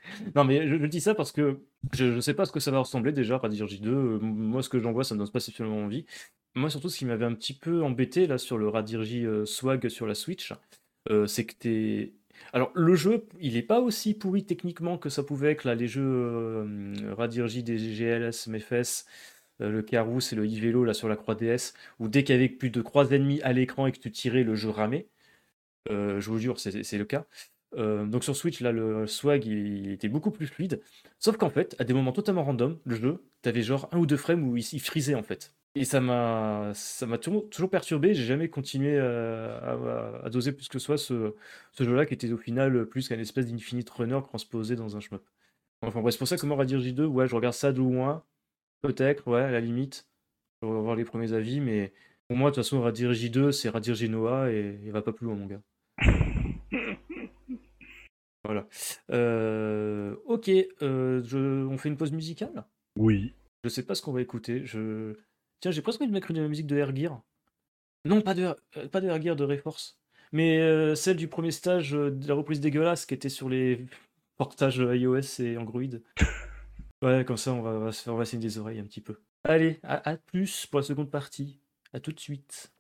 Non, mais je, je dis ça parce que je ne sais pas à ce que ça va ressembler déjà, Radirj deux. Euh, moi, ce que j'en vois, ça me donne pas spécialement envie. Moi, surtout, ce qui m'avait un petit peu embêté là sur le Radirj euh, Swag sur la Switch, euh, c'est que t'es. Alors, le jeu, il est pas aussi pourri techniquement que ça pouvait être là, les jeux euh, Radirj, D G L S, Mefes, euh, le Carous et le Ivelo là sur la trois D S, où dès qu'il y avait plus de trois ennemis à l'écran et que tu tirais, le jeu ramait. Euh, je vous jure, c'est c'est le cas. Euh, donc sur Switch, là, le swag, il, il était beaucoup plus fluide. Sauf qu'en fait, à des moments totalement random, le jeu, t'avais genre un ou deux frames où il, il frisait en fait. Et ça m'a ça m'a toujours, toujours perturbé. J'ai jamais continué euh, à, à- à doser plus que ce soit ce, ce jeu-là qui était au final plus qu'un espèce d'infinite runner transposé dans un shmup. Enfin bref, c'est pour ça que moi, Radir J deux, ouais, je regarde ça de loin, peut-être, ouais, à la limite. Je vais voir les premiers avis, mais pour moi, de toute façon, Radir J deux, c'est Radir Genoa et il va pas plus loin, mon gars. Voilà. Euh, ok, euh, je- on fait une pause musicale? Oui. Je sais pas ce qu'on va écouter. Je... Tiens, j'ai presque envie de mettre de la musique de Air Gear. Non, pas de, Air- euh, pas de Air Gear, de Reforce. Mais euh, celle du premier stage euh, de la reprise dégueulasse qui était sur les portages iOS et Android. Ouais, comme ça, on va, on va se faire, on va saigner des oreilles un petit peu. Allez, à, à plus pour la seconde partie. À tout de suite.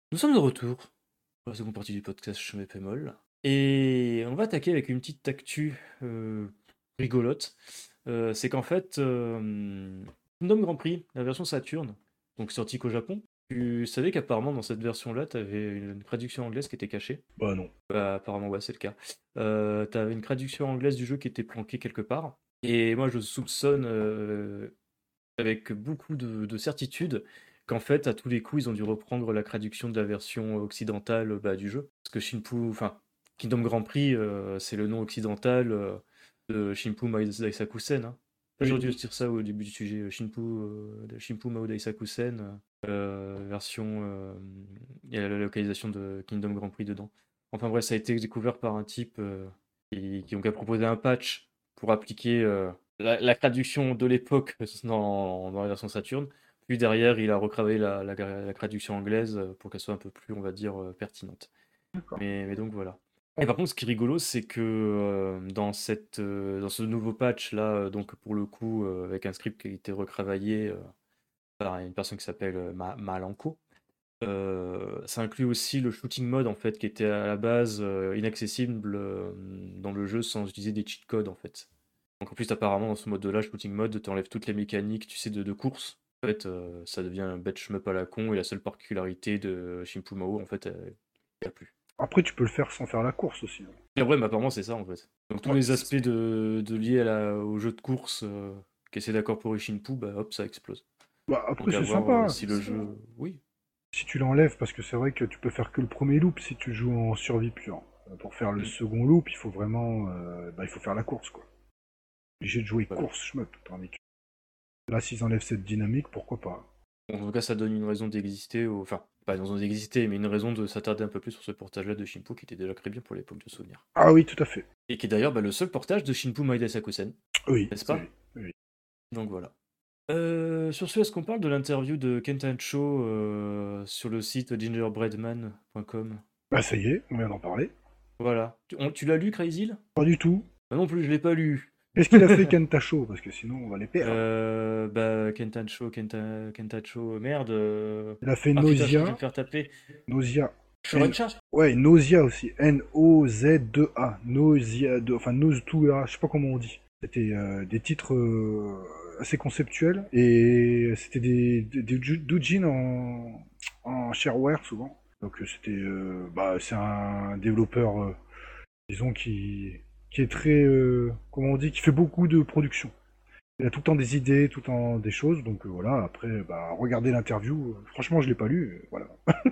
Nous sommes de retour pour la seconde partie du podcast Chemin Pémol. Et on va attaquer avec une petite actu euh, rigolote. Euh, c'est qu'en fait, euh, Kingdom Grand Prix, la version Saturn, donc sortie qu'au Japon, tu savais qu'apparemment dans cette version-là, tu avais une traduction anglaise qui était cachée. Bah non. Bah, apparemment, ouais, c'est le cas. Euh, tu avais une traduction anglaise du jeu qui était planquée quelque part. Et moi, je soupçonne euh, avec beaucoup de, de certitude qu'en fait, à tous les coups, ils ont dû reprendre la traduction de la version occidentale bah, du jeu. Parce que Shinpu, enfin, Kingdom Grand Prix, euh, c'est le nom occidental euh, de Shinpu Mao Daisakusen. Hein. Oui. J'aurais dû dire ça au début du sujet. euh, Shinpu, euh, de Shinpu Mao Daisakusen, euh, version. euh, Il y a la localisation de Kingdom Grand Prix dedans. Enfin bref, ça a été découvert par un type euh, qui, qui donc a proposé un patch pour appliquer euh, la, la traduction de l'époque dans, dans la version Saturn. Puis derrière, il a retravaillé la, la, la traduction anglaise pour qu'elle soit un peu plus, on va dire, euh, pertinente. D'accord. Mais, mais donc voilà. Et par contre, ce qui est rigolo, c'est que euh, dans, cette, euh, dans ce nouveau patch là, euh, donc pour le coup, euh, avec un script qui a été retravaillé euh, par une personne qui s'appelle euh, Ma- Malenko, euh, ça inclut aussi le shooting mode en fait, qui était à la base euh, inaccessible euh, dans le jeu sans utiliser des cheat codes en fait. Donc en plus, apparemment, dans ce mode-là, shooting mode, tu enlèves toutes les mécaniques, tu sais, de, de course. En fait, euh, ça devient un bête shmup à la con, et la seule particularité de Shimpu Mao, en fait, il n'y a plus. Après, tu peux le faire sans faire la course aussi. Hein. Et ouais, mais apparemment, c'est ça, en fait. Donc tous Ouais, les c'est- aspects de, de liés à la, au jeu de course euh, qui essaie d'incorporer Shimpu, bah hop, ça explose. Bah, après, Donc à c'est voir euh, sympa. si le jeu... Oui. Si tu l'enlèves, parce que c'est vrai que tu peux faire que le premier loop si tu joues en survie pure. Euh, Pour faire le Mm. second loop, il faut vraiment, euh, bah, il faut faire la course, quoi. Obligé de jouer Bah oui. course shmup, tandis que là, s'ils enlèvent cette dynamique, pourquoi pas. En tout cas, ça donne une raison d'exister, au- enfin, pas une raison d'exister, mais une raison de s'attarder un peu plus sur ce portage-là de Shimpu, qui était déjà très bien pour l'époque de souvenir. Ah oui, tout à fait. Et qui est d'ailleurs bah, le seul portage de Shimpu Maeda Sakusen, Oui, n'est-ce oui, pas? oui. Donc voilà. Euh, sur ce, est-ce qu'on parle de l'interview de Kentancho euh, sur le site gingerbreadman point com? Bah ça y est, on vient d'en parler. Voilà. Tu, on- tu l'as lu, Crazy? Pas du tout. Bah non plus, je l'ai pas lu. Qu'est-ce qu'il a fait Kentacho? Parce que sinon, on va les perdre. Euh, bah, Kentancho, Kenta, Kentacho, merde. euh. Il a fait Ah putain, je crois que je vais me Nausea. faire taper. Nausea. N... Shorancha? Ouais, Nausea aussi. N O Z deux A. Nausea deux. Enfin, Nose deux A. Je sais pas comment on dit. C'était euh, des titres euh, assez conceptuels. Et c'était des, des, des ju- doujins en, en shareware souvent. Donc euh, c'était... euh, bah, c'est un développeur, euh, disons, qui, qui est très... euh, comment on dit? Qui fait beaucoup de production. Il a tout le temps des idées, tout le temps des choses, donc euh, voilà, après, bah, regardez l'interview, euh, franchement, je l'ai pas lu, euh, voilà.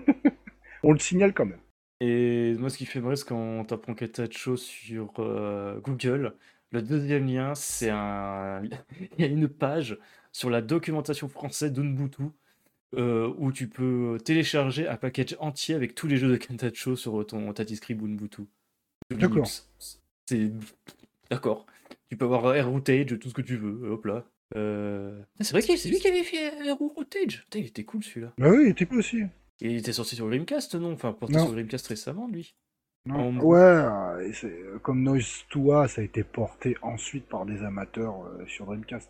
On le signale quand même. Et moi, ce qui fait marrer, c'est quand t'apprends Kentacho sur euh, Google, le deuxième lien, c'est un... Il y a une page sur la documentation française d'Ubuntu euh, où tu peux télécharger un package entier avec tous les jeux de Kentacho sur ton Tatiscript Ubuntu. D'accord. C'est... D'accord. Tu peux avoir Air Routage, tout ce que tu veux, hop là. Euh... ah, c'est vrai que c'est lui qui avait fait Air Routage. Putain, il était cool celui-là. Bah oui, il était cool aussi. Et il était sorti sur Dreamcast, non? Enfin, porté Non, sur Dreamcast récemment, lui. En non. homebrew. Ouais, euh, et c'est- euh, comme Noise deux A, ça a été porté ensuite par des amateurs euh, sur Dreamcast.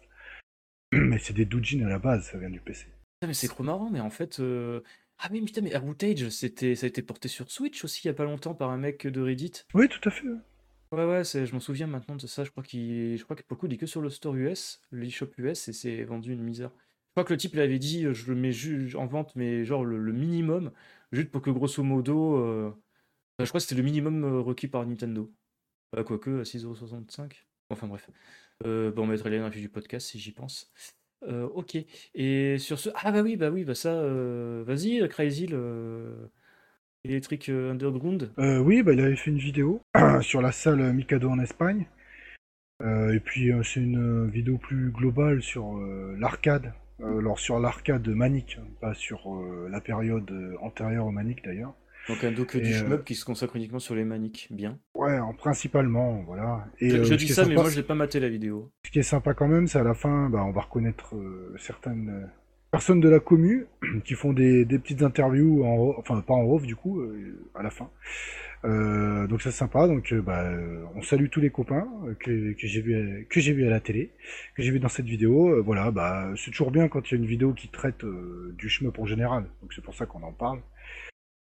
Mais c'est des doujins à la base, ça vient du P C. Putain, mais c'est trop marrant, mais en fait. euh, Ah, mais putain, mais Air Routage, c'était... ça a été porté sur Switch aussi il y a pas longtemps par un mec de Reddit. Oui, tout à fait. Ouais, ouais, c'est... je m'en souviens maintenant de ça. Je crois qu'il, je crois que pour le coup, il est que sur le store U S, l'eShop U S, et c'est vendu une misère. Je crois que le type, il avait dit, euh, je le mets ju- en vente, mais genre le, le minimum, juste pour que grosso modo. euh, euh, Je crois que c'était le minimum euh, requis par Nintendo. Ah, quoique, à six euros soixante-cinq. Enfin bref. Euh, bon, on mettra les liens dans la fiche du podcast si j'y pense. Euh, ok. Et sur ce. Ah bah oui, bah oui, bah ça. euh, Vas-y, euh, Crazy, le... Electric euh, Underground. Euh, oui, bah, il avait fait une vidéo sur la salle Mikado en Espagne. Euh, et puis euh, c'est une euh, vidéo plus globale sur euh, l'arcade. Euh, alors sur l'arcade Manic, hein, pas sur euh, la période euh, antérieure au Manic d'ailleurs. Donc un docu du Et euh, shmup qui se consacre uniquement sur les maniques. Bien. ouais, en- principalement, voilà. Et Je, je euh, ce dis qui est ça, mais sympa, moi je l'ai pas maté la vidéo. ce qui est sympa quand même, c'est à la fin, bah, on va reconnaître euh, certaines euh, personnes de la commu qui font des, des petites interviews, en, off- enfin pas en off du coup, euh, à la fin. Euh, donc c'est sympa. Donc euh, bah, euh, on salue tous les copains euh, que, que j'ai vu que j'ai vu à la télé, que j'ai vu dans cette vidéo. Euh, voilà, bah c'est toujours bien quand il y a une vidéo qui traite euh, du shmup en général. Donc c'est pour ça qu'on en parle.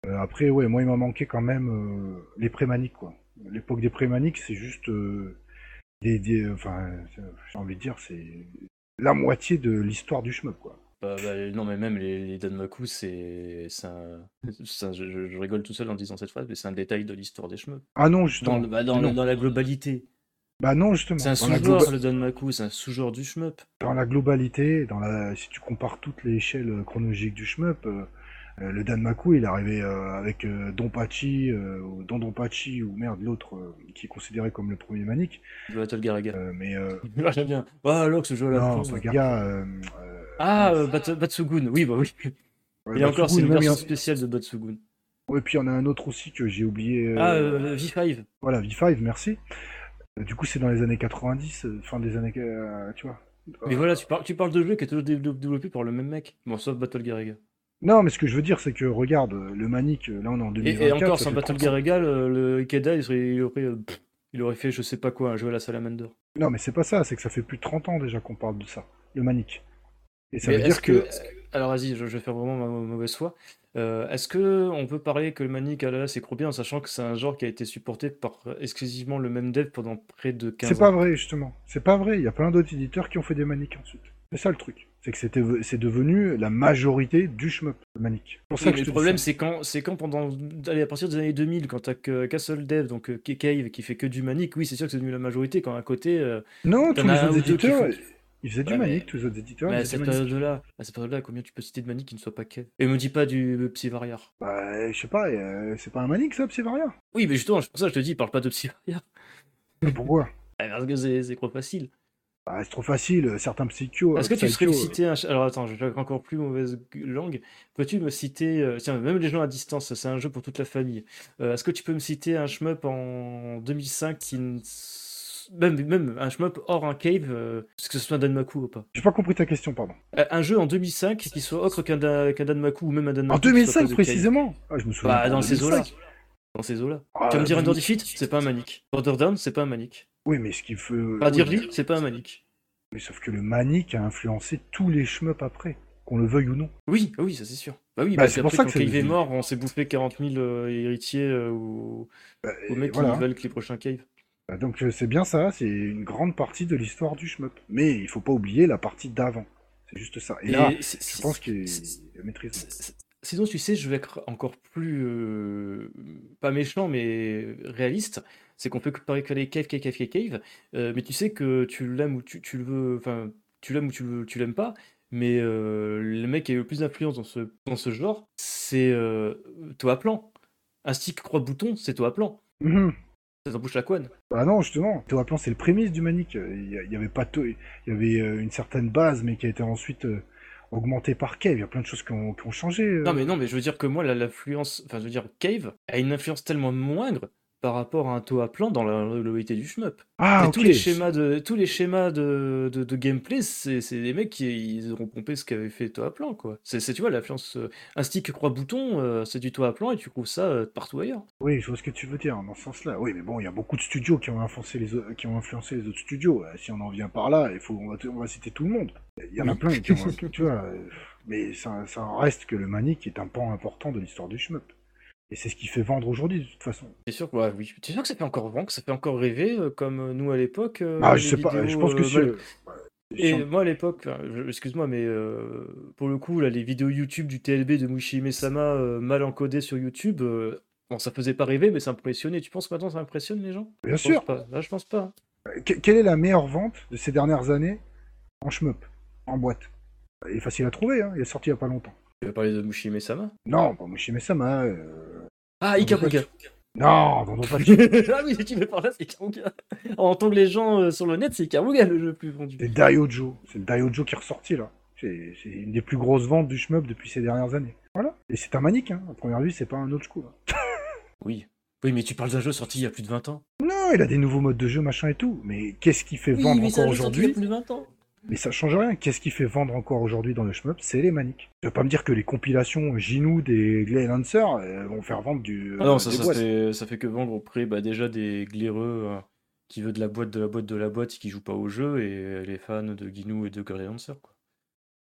Euh, après, ouais, moi, il m'a manqué quand même euh, les pré-maniques, quoi. L'époque des pré-maniques, c'est juste euh, des, des- enfin, c'est- j'ai envie de dire, c'est la moitié de l'histoire du shmup, quoi. Bah, bah, non, mais même les, les Danmaku, c'est c'est un... c'est un- je, je- je rigole tout seul en disant cette phrase, mais c'est un détail de l'histoire des chemins. Ah non, Dans, le- justement. bah, Mais dans, le- non. dans la globalité. Bah non, C'est justement. un Dans la globa- sous-genre, le Danmaku, c'est un sous-genre du shmup. dans la globalité, dans la, si tu compares toutes les échelles chronologiques du shmup, euh, euh, le Danmaku, il est arrivé euh, avec euh, Donpachi, euh, ou Don Donpachi, ou merde, l'autre, euh, qui est considéré comme le premier manique. Le Battle Garaga. Euh, mais euh, Ah, j'aime bien. Ah, alors que ce jeu à la non, con. pas euh. Gaga. Euh, euh, Ah, euh, mince. Bat- Batsugun, oui, bah oui. Ouais, Et encore, c'est Batsugun, une même il y version en- spéciale de Batsugun. ouais, puis il y en a un autre aussi que j'ai oublié. Ah, euh, euh, V cinq. Voilà, V cinq, merci. Euh, du coup, c'est dans les années quatre-vingt-dix, euh, fin des années, euh, tu vois. Mais Euh, voilà, tu, parles tu parles de jeu qui est toujours dé- dé- développé par le même mec. Bon, sauf Battle Garaga. Non, mais ce que je veux dire, c'est que regarde, euh, le Manic, euh, là on est en Et, et deux mille vingt-quatre, encore, ça sans fait Battle trente ans. Garaga, le, le Ikeda, il, serait- il aurait, euh, pff, il aurait fait je sais pas quoi, un jeu à la Salamander. Non, mais c'est pas ça, c'est que ça fait plus de trente ans déjà qu'on parle de ça, le Manic. Et ça Mais veut est-ce dire que, que. est-ce que- alors vas-y, je, je vais faire vraiment ma, ma mauvaise foi. Euh, est-ce que on peut parler que le Manic, ah là là, c'est trop bien, en sachant que c'est un genre qui a été supporté par euh, exclusivement le même dev pendant près de C'est quinze pas ans? vrai, justement. C'est pas vrai, il y a plein d'autres éditeurs qui ont fait des Manic ensuite. C'est ça le truc. C'est que c'était, c'est devenu la majorité du shmup, le Manic. C'est pour ça Oui, que mais je le te dis ça. problème, c'est quand, c'est quand pendant, allez, à partir des années deux mille, quand t'as que Castle Dev, donc euh, Cave, qui fait que du Manic, oui, c'est sûr que c'est devenu la majorité, quand à côté, euh, Non, tous t'en as les un autres ou deux qui éditeurs, font. ils faisaient du Ouais, Manic, mais, tous les autres éditeurs, mais ils à faisaient du cette Manic. période-là, à cette période-là, combien tu peux citer de Manic qui ne soit pas Cave? Et me dis pas du euh, Psy-Variar. Bah, je sais pas, euh, c'est pas un Manic ça, Psyvaria? Oui, mais justement, c'est pour ça que je te dis, parle pas de Psy-Variar. Pourquoi? Parce que c'est c'est trop facile. Bah, c'est trop facile, euh, certains psychos, euh, Est-ce que tu serais psychos, me euh, citer un... ch- Alors attends, je vais faire encore plus mauvaise gu- langue. Peux-tu me citer... euh, Tiens, même les gens à distance, ça, c'est un jeu pour toute la famille. Euh, est-ce que tu peux me citer un shmup en deux mille cinq qui... ne s- Même, même un shmup hors un cave, euh, parce que ce soit un Danmaku ou pas. J'ai pas compris ta question, pardon. Euh, Un jeu en deux mille cinq qui soit autre qu'un da- qu'un Danmaku ou même un En Danmaku qui soit pas deux mille cinq de cave. précisément? Ah, je me souviens Bah, pas en dans ces eaux-là. deux mille cinq. Dans ces eaux-là. Tu vas me Ah, dire Under deux mille... Defeat, c'est pas un Manic. Border Down, c'est pas un Manic. Oui, mais ce qu'il fait... Pas Oui, mais... Dirly, c'est pas un Manic. mais sauf que le Manic a influencé tous les shmups après, qu'on le veuille ou non. Oui, oui, ça c'est sûr. Bah oui, Bah, parce c'est pour qu'après, ça quand que c'est... Cave est mort, on s'est bouffé quarante mille euh, héritiers euh, aux, Bah, aux et mecs qui voilà. veulent que les prochains Cave. Bah, donc euh, c'est bien ça, c'est une grande partie de l'histoire du shmup. Mais il faut pas oublier la partie d'avant. C'est juste ça. Et là, Et si- je si- pense qu'il si- maîtrise. si- sinon, tu sais, je vais être encore plus, euh, pas méchant, mais réaliste. C'est qu'on peut comparer que les Cave, Cave, Cave, Cave, Cave. Euh, mais tu sais que tu l'aimes ou tu, tu le veux, enfin, tu l'aimes ou tu le, tu l'aimes pas. Mais euh, le mec qui a eu le plus d'influence dans ce, dans ce genre, c'est euh, Toa Plan. Un stick croix-bouton, c'est Toa Plan. Mhm. Ça t'embouche la couenne. Bah non, justement. Théo Plan, c'est le prémisse du Manic. Il y, a- il y avait pas to- il y avait euh, une certaine base, mais qui a été ensuite euh, augmentée par Cave. Il y a plein de choses qui ont, qui ont changé. euh. Non mais non mais je veux dire que moi la- l'influence, enfin je veux dire Cave a une influence tellement moindre par rapport à un Toa Plan dans la globalité du shmup. Ah, Et ok. tous les schémas de tous les schémas de, de, de gameplay, c'est c'est des mecs qui ils auront pompé ce qu'avait fait Toa Plan quoi. C'est c'est, tu vois l'influence, euh, un stick croix bouton, euh, c'est du Toa Plan et tu trouves ça euh, partout ailleurs. Oui, je vois ce que tu veux dire dans ce sens-là. Oui, mais bon, il y a beaucoup de studios qui ont influencé les, au- qui ont influencé les autres studios. Euh, Si on en vient par là, il faut, on va, on va citer tout le monde. Il y en a Oui. plein qui ont, qui- tu vois. euh, Mais ça, ça en reste que le Manic est un pan important de l'histoire du shmup. Et c'est ce qui fait vendre aujourd'hui, de toute façon. C'est sûr que ouais, oui. C'est sûr que ça fait encore vendre, que ça fait encore rêver euh, comme euh, nous à l'époque Ah, euh, je les sais pas. Je vidéos pense que euh, si, mal- euh, si Et on- moi à l'époque, enfin, je- excuse-moi, mais euh, pour le coup, là, les vidéos YouTube du T L B de Mushihime-sama euh, mal encodées sur YouTube, euh, bon, ça faisait pas rêver, mais ça impressionnait. Tu penses que maintenant ça impressionne les gens? Bien Je pense sûr. pas. Là, je pense pas. Que- quelle est la meilleure vente de ces dernières années en shmup, en boîte? Il est facile à trouver. Hein. Il est sorti il y a pas longtemps. Tu veux parler de Mushihime-sama? Non, pas Moshime-sama. Euh... Ah, Ikaruga! Non, non, non, pas Ah oui, tu veux parler, c'est Ikaruga. On entend que les gens euh, sur le net, c'est Ikaruga le jeu le plus vendu. C'est Daiojo. C'est le Daiojo qui est ressorti là. C'est c'est une des plus grosses ventes du shmup depuis ces dernières années. Voilà. Et c'est un Manic, hein. À première vue, c'est pas un autre coup. Hein. Oui. Oui, mais tu parles d'un jeu sorti il y a plus de vingt ans. Non, il a des nouveaux modes de jeu, machin et tout. Mais qu'est-ce qui fait Oui, vendre mais c'est un encore jeu sorti il y a aujourd'hui? plus de vingt ans. Mais ça change rien. Qu'est-ce qui fait vendre encore aujourd'hui dans le shmup? C'est les Manic. Tu vas pas me dire que les compilations Ginou des Glay Lancer euh, vont faire vendre du, Ah non, euh, ça, des ça, boîtes. fait, ça fait que vendre auprès bah, déjà des glaireux euh, qui veulent de la boîte, de la boîte, de la boîte et qui jouent pas au jeu et les fans de Ginu et de Grey Lancer, quoi.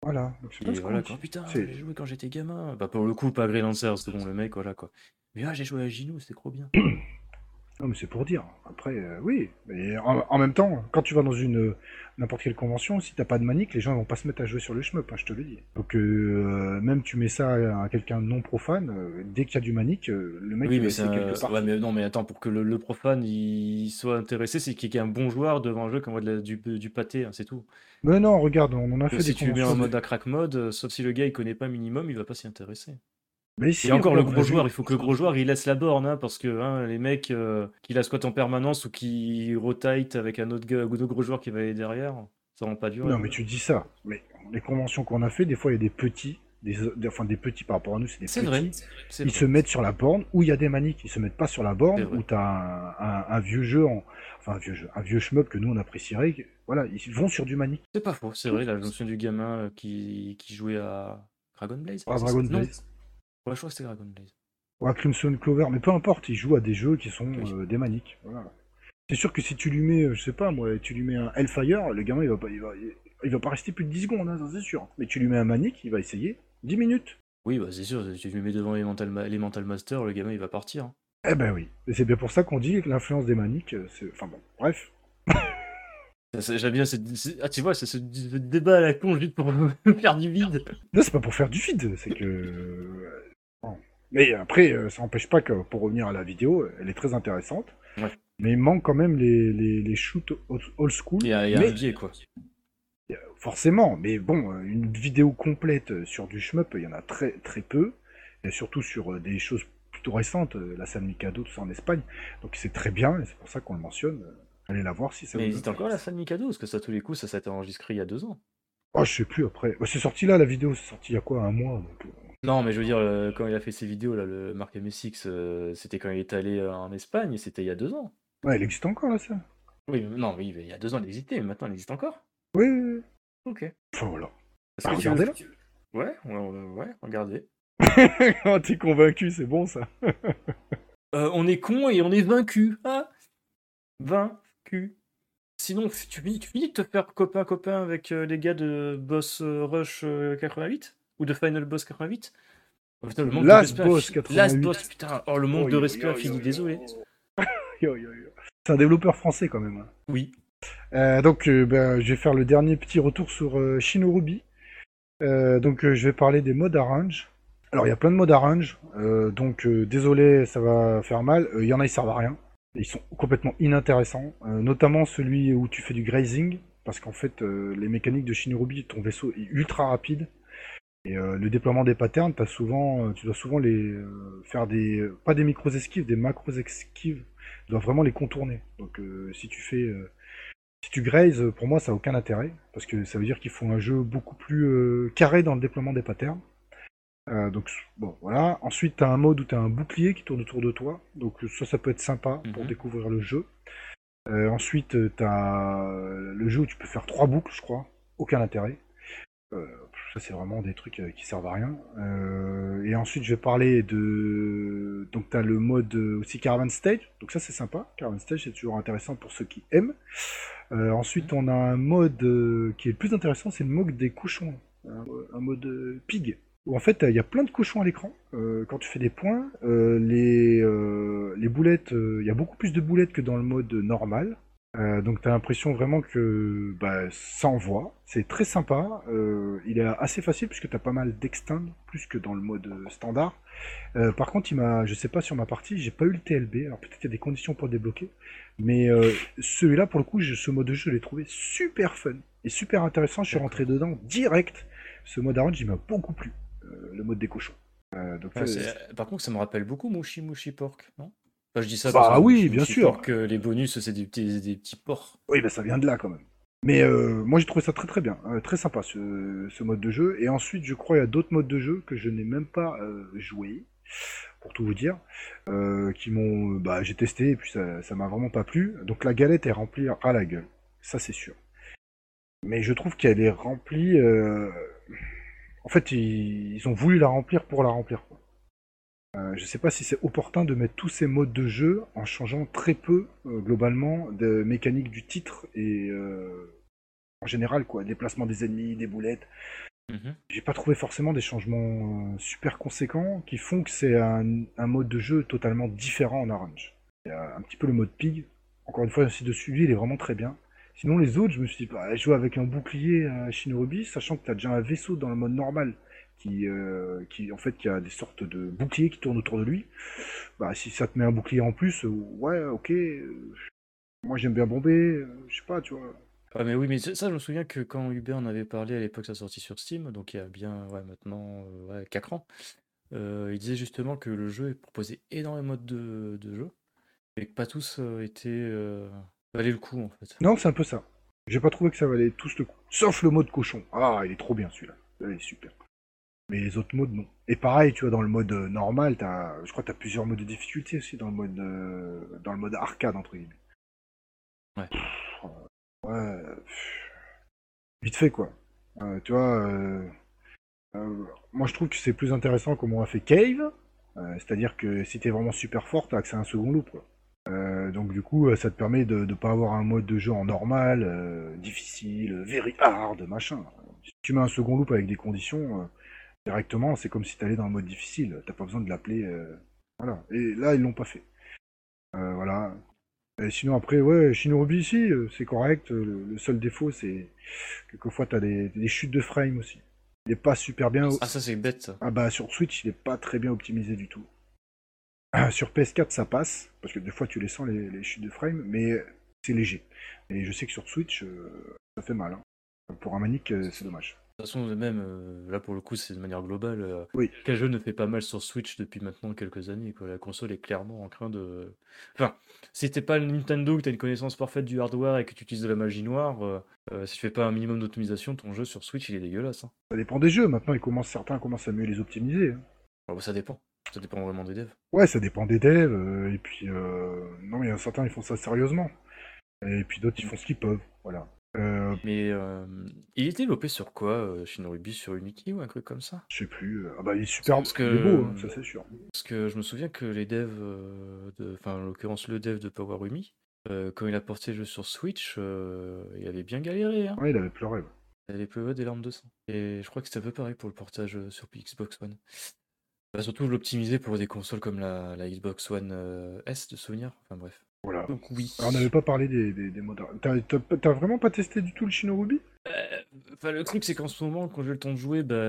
Voilà, donc c'est pas Et ce qu'on voilà quoi. dit. Putain, C'est... j'ai joué quand j'étais gamin. Bah pour le coup, pas Grey Lancer, c'est bon, le mec, voilà quoi. Mais ah, j'ai joué à Gino, c'était trop bien. Non, mais c'est pour dire. Après, euh, oui. Mais en, en même temps, quand tu vas dans une euh, n'importe quelle convention, si t'as pas de manique, les gens vont pas se mettre à jouer sur le shmup, hein, je te le dis. Donc, euh, même tu mets ça à quelqu'un de non profane, euh, dès qu'il y a du manique, euh, le mec Oui, il va mais c'est essayer quelques un... Ouais, parties. mais non, mais attends, pour que le, le profane il soit intéressé, c'est qu'il y ait un bon joueur devant un jeu qui envoie de la- du, du pâté, hein, c'est tout. Mais non, regarde, on en a Que fait des si tu le mets en conventions. mode De... à crack mode, euh, sauf si le gars il connaît pas minimum, il va pas s'y intéresser. Mais Et si, encore, le regarde, on a gros joueur, vu. il faut que le gros joueur il laisse la borne, hein, parce que hein, les mecs euh, qui la squattent en permanence ou qui rotate avec un autre gars, ou deux gros joueurs qui va aller derrière, ça va pas durer. Non, Hein. mais tu dis ça. Mais les conventions qu'on a fait, des fois, il y a des petits, des, des- enfin des petits par rapport à nous, c'est des C'est vrai, petits. c'est Ils vrai, se mettent sur la borne où il y a des maniques. Ils se mettent pas sur la c'est borne vrai. où t'as un, un, un vieux jeu, en... enfin un vieux jeu, un vieux shmup que nous on apprécierait. Voilà, ils vont sur du manique. C'est pas faux, c'est Tout. vrai, là, je me souviens du gamin euh, qui, qui jouait à Dragon Blaze, Pas c'est ça? Dragon Non, Blaze. ouais, je crois que c'était Dragon Blaze. Ou à Crimson Clover, mais peu importe, ils jouent à des jeux qui sont Oui. euh, des maniques. Voilà. C'est sûr que si tu lui mets, euh, je sais pas moi, tu lui mets un Hellfire, le gamin il va pas, il va, il va pas rester plus de dix secondes, hein, ça c'est sûr. Mais tu lui mets un manique, il va essayer dix minutes. Oui, bah c'est sûr, si tu le mets devant les Mental, Ma- les Mental Masters, le gamin il va partir. Hein. Eh ben oui. Et c'est bien pour ça qu'on dit que l'influence des maniques, euh, c'est. Enfin bon, bref. Ça, ça, J'aime bien cette... c'est- Ah, tu vois, c'est ce, ce débat à la con juste pour me faire du vide. Là, c'est pas pour faire du vide, c'est que. euh, bon. Mais après, euh, ça n'empêche pas que, pour revenir à la vidéo, elle est très intéressante. Ouais. Mais il manque quand même les, les, les shoots old old school. Il y a, il y a mais un biais, quoi. euh, forcément, mais bon, euh, une vidéo complète euh, sur du shmup, il y en a très très peu. Et surtout sur euh, des choses plutôt récentes, euh, la salle Mikado, tout ça en Espagne. Donc c'est très bien, et c'est pour ça qu'on le mentionne. Euh, Allez la voir si ça Mais vous existe encore la intéresse. salle Mikado, parce que ça, tous les coups, ça s'est été enregistré il y a deux ans. Oh, je sais plus après. Bah, c'est sorti là, la vidéo, c'est sorti il y a quoi, un mois donc, euh, Non, mais je veux dire, euh, quand il a fait ses vidéos, là, le Mark M S X, euh, c'était quand il est allé euh, en Espagne, et c'était il y a deux ans. Ouais, elle existe encore, là, ça. Oui, mais- non, oui, mais il y a deux ans, elle existait, mais maintenant, elle existe encore. Oui, oui, oui. Ok. Enfin, voilà. Est-ce Bah, que tu veux... regardez-la. Ouais, ouais, ouais, ouais, regardez. Oh, t'es convaincu, c'est bon, ça. Euh, on est con et on est vaincu. Ah, vaincu. Sinon, tu finis, tu finis de te faire copain-copain avec euh, les gars de Boss euh, Rush euh, quatre-vingt-huit? Ou de Final Boss quatre-vingt-huit? Oh, putain, le manque de Last respect. Boss infi- quatre-vingt-huit. Last Boss, putain. Oh, le manque Oh, de yo, respect yo, infini, yo, yo. désolé. Yo, yo, yo. C'est un développeur français, quand même. Hein. Oui. Euh, donc, euh, ben, je vais faire le dernier petit retour sur euh, Shinorubi. Euh, donc, euh, je vais parler des modes arrange. Alors, il y a plein de modes arrange. Euh, donc, euh, désolé, ça va faire mal. Euh, Il y en a, ils servent à rien. Ils sont complètement inintéressants. Euh, notamment celui où tu fais du grazing. Parce qu'en fait, euh, les mécaniques de Shinorubi, ton vaisseau est ultra rapide. Et euh, le déploiement des patterns, t'as souvent, euh, tu dois souvent les euh, faire des, euh, pas des micros esquives, des macros esquives. Tu dois vraiment les contourner. Donc, euh, si tu fais euh, si tu grazes, pour moi, ça n'a aucun intérêt, parce que ça veut dire qu'il faut un jeu beaucoup plus euh, carré dans le déploiement des patterns. Euh, donc, bon, voilà. Ensuite, tu as un mode où tu as un bouclier qui tourne autour de toi, donc ça, ça peut être sympa pour Mhm. découvrir le jeu. Euh, ensuite, tu as le jeu où tu peux faire trois boucles, je crois, aucun intérêt. Euh, ça, c'est vraiment des trucs euh, qui servent à rien. Euh, et ensuite, je vais parler de. Donc, tu as le mode euh, aussi Caravan Stage. Donc, ça, c'est sympa. Caravan Stage, c'est toujours intéressant pour ceux qui aiment. Euh, ensuite, on a un mode euh, qui est le plus intéressant, c'est le mode des cochons. Un, un mode euh, pig. Où en fait, il y a plein de cochons à l'écran. Euh, quand tu fais des points, euh, les, euh, les boulettes, il y a beaucoup plus de boulettes que dans le mode normal. Euh, donc tu as l'impression vraiment que bah, ça envoie. C'est très sympa. Euh, il est assez facile puisque tu as pas mal d'extend, plus que dans le mode euh, standard. Euh, par contre, il m'a, je sais pas sur ma partie, j'ai pas eu le T L B. Alors peut-être qu'il y a des conditions pour le débloquer. Mais euh, celui-là, pour le coup, je- ce mode de jeu, je l'ai trouvé super fun et super intéressant. Je suis rentré dedans direct. Ce mode orange, il m'a beaucoup plu. Euh, le mode des cochons. Euh, donc, Ouais, euh, c'est- Par contre, ça me rappelle beaucoup Mushi Mushi Pork, non? Enfin, je dis ça parce que bah dans oui, Mushi bien Mushi sûr. Pork, euh, les bonus, c'est des petits, des petits porcs. Oui, bah ça vient de là quand même. Mais euh, moi j'ai trouvé ça très très bien, euh, très sympa ce, ce mode de jeu. Et ensuite, je crois il y a d'autres modes de jeu que je n'ai même pas euh, joué, pour tout vous dire, euh, qui m'ont, bah j'ai testé et puis ça, ça m'a vraiment pas plu. Donc la galette est remplie à la gueule, ça c'est sûr. Mais je trouve qu'elle est remplie. euh, En fait, ils, ils ont voulu la remplir pour la remplir, quoi. Euh, je sais pas si c'est opportun de mettre tous ces modes de jeu en changeant très peu, euh, globalement, de mécanique du titre et euh, en général, quoi. Déplacement des ennemis, des boulettes. Mhm. J'ai pas trouvé forcément des changements euh, super conséquents qui font que c'est un, un mode de jeu totalement différent en Orange. Il y a un petit peu le mode pig. Encore une fois, ainsi dessus, lui, il est vraiment très bien. Sinon, les autres, je me suis dit, bah, jouer avec un bouclier à Shinobi, sachant que t'as déjà un vaisseau dans le mode normal qui, euh, qui, en fait, qui a des sortes de boucliers qui tournent autour de lui. Bah, si ça te met un bouclier en plus, euh, ouais, ok. euh, moi, j'aime bien bomber, euh, je sais pas, tu vois. Ah, mais oui, mais ça, ça, je me souviens que quand Uber en avait parlé à l'époque de sa sortie sur Steam, donc il y a bien, ouais, maintenant, euh, ouais, quatre ans, euh, il disait justement que le jeu proposait énormément de modes de, de jeu, et que pas tous euh, étaient, euh, valaient le coup, en fait. Non, c'est un peu ça. J'ai pas trouvé que ça valait tout ce coup. Sauf le mode cochon. Ah, il est trop bien celui-là. Il est super. Mais les autres modes, non. Et pareil, tu vois, dans le mode euh, normal, t'as, je crois que t'as plusieurs modes de difficulté aussi dans le mode, euh, dans le mode arcade, entre guillemets. Ouais. Pff, ouais, pff, vite fait, quoi. Euh, tu vois, euh, euh, moi je trouve que c'est plus intéressant comme on a fait Cave. Euh, c'est-à-dire que si t'es vraiment super fort, t'as accès à un second loop, quoi. Euh, donc du coup, euh, ça te permet de ne pas avoir un mode de jeu en normal, euh, difficile, very hard, machin. Si tu mets un second loop avec des conditions, euh, directement, c'est comme si tu allais dans le mode difficile. T'as pas besoin de l'appeler. euh, Voilà. Et là, ils l'ont pas fait. Euh, voilà. Et sinon, après, ouais, Shinobi, ici, euh, c'est correct. Le, le seul défaut, c'est quelquefois, t'as des, des chutes de frame aussi. Il est pas super bien. Ah, ça, c'est bête, ça. Ah bah, sur Switch, il est pas très bien optimisé du tout. Ah, sur P S quatre, ça passe, parce que des fois, tu les sens, les, les chutes de frame, mais c'est léger. Et je sais que sur Switch, euh, ça fait mal. Hein. Pour un manique, euh, c'est dommage. De toute façon, même euh, là pour le coup, c'est de manière globale. euh, Oui. quel jeu ne fait pas mal sur Switch depuis maintenant quelques années, quoi. La console est clairement en train de. Enfin, si t'es pas le Nintendo, que t'as une connaissance parfaite du hardware et que tu utilises de la magie noire, euh, euh, si tu fais pas un minimum d'optimisation, ton jeu sur Switch il est dégueulasse. Hein. Ça dépend des jeux. Maintenant, ils commencent, certains commencent à mieux les optimiser. Hein. Alors, ça dépend. Ça dépend vraiment des devs. Ouais, ça dépend des devs. euh, et puis, euh, non, il y a certains, ils font ça sérieusement. Et puis d'autres, ils Mm. font ce qu'ils peuvent. Voilà. Euh, Mais euh, il est développé sur quoi, euh, Shinobi, sur Unity ou un truc comme ça? je sais plus. euh, Ah bah, il est Parce super. parce Il est beau, hein, que ça c'est sûr. Parce que je me souviens que les devs, euh, de, enfin en l'occurrence le dev de Power Umi, euh, quand il a porté le jeu sur Switch, euh, il avait bien galéré, hein. Ouais, il avait pleuré. Ouais. Il avait pleuré des larmes de sang. Et je crois que c'était un peu pareil pour le portage euh, sur Xbox One. Bah, surtout l'optimiser pour des consoles comme la, la Xbox One euh, S de souvenir. Enfin bref. Voilà. Donc oui. Alors, on n'avait pas parlé des, des, des modes. T'as t'as pas- t'as vraiment pas testé du tout le Shinobi? Euh, Enfin, le truc c'est qu'en ce moment, quand j'ai le temps de jouer, bah,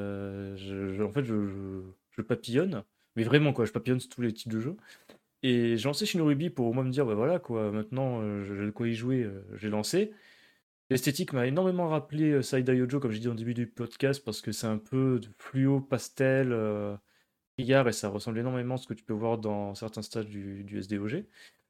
je, je- en fait, je, je, je papillonne. Mais vraiment quoi, je papillonne sur tous les types de jeux. Et j'ai lancé Shinobi pour au moins me dire, bah voilà, quoi, maintenant euh, j'ai de quoi y jouer, euh, j'ai lancé. L'esthétique m'a énormément rappelé euh, Side Ojo, comme j'ai dit en début du podcast, parce que c'est un peu de fluo, pastel, euh, criard, et ça ressemble énormément à ce que tu peux voir dans certains stages du, du S D O G.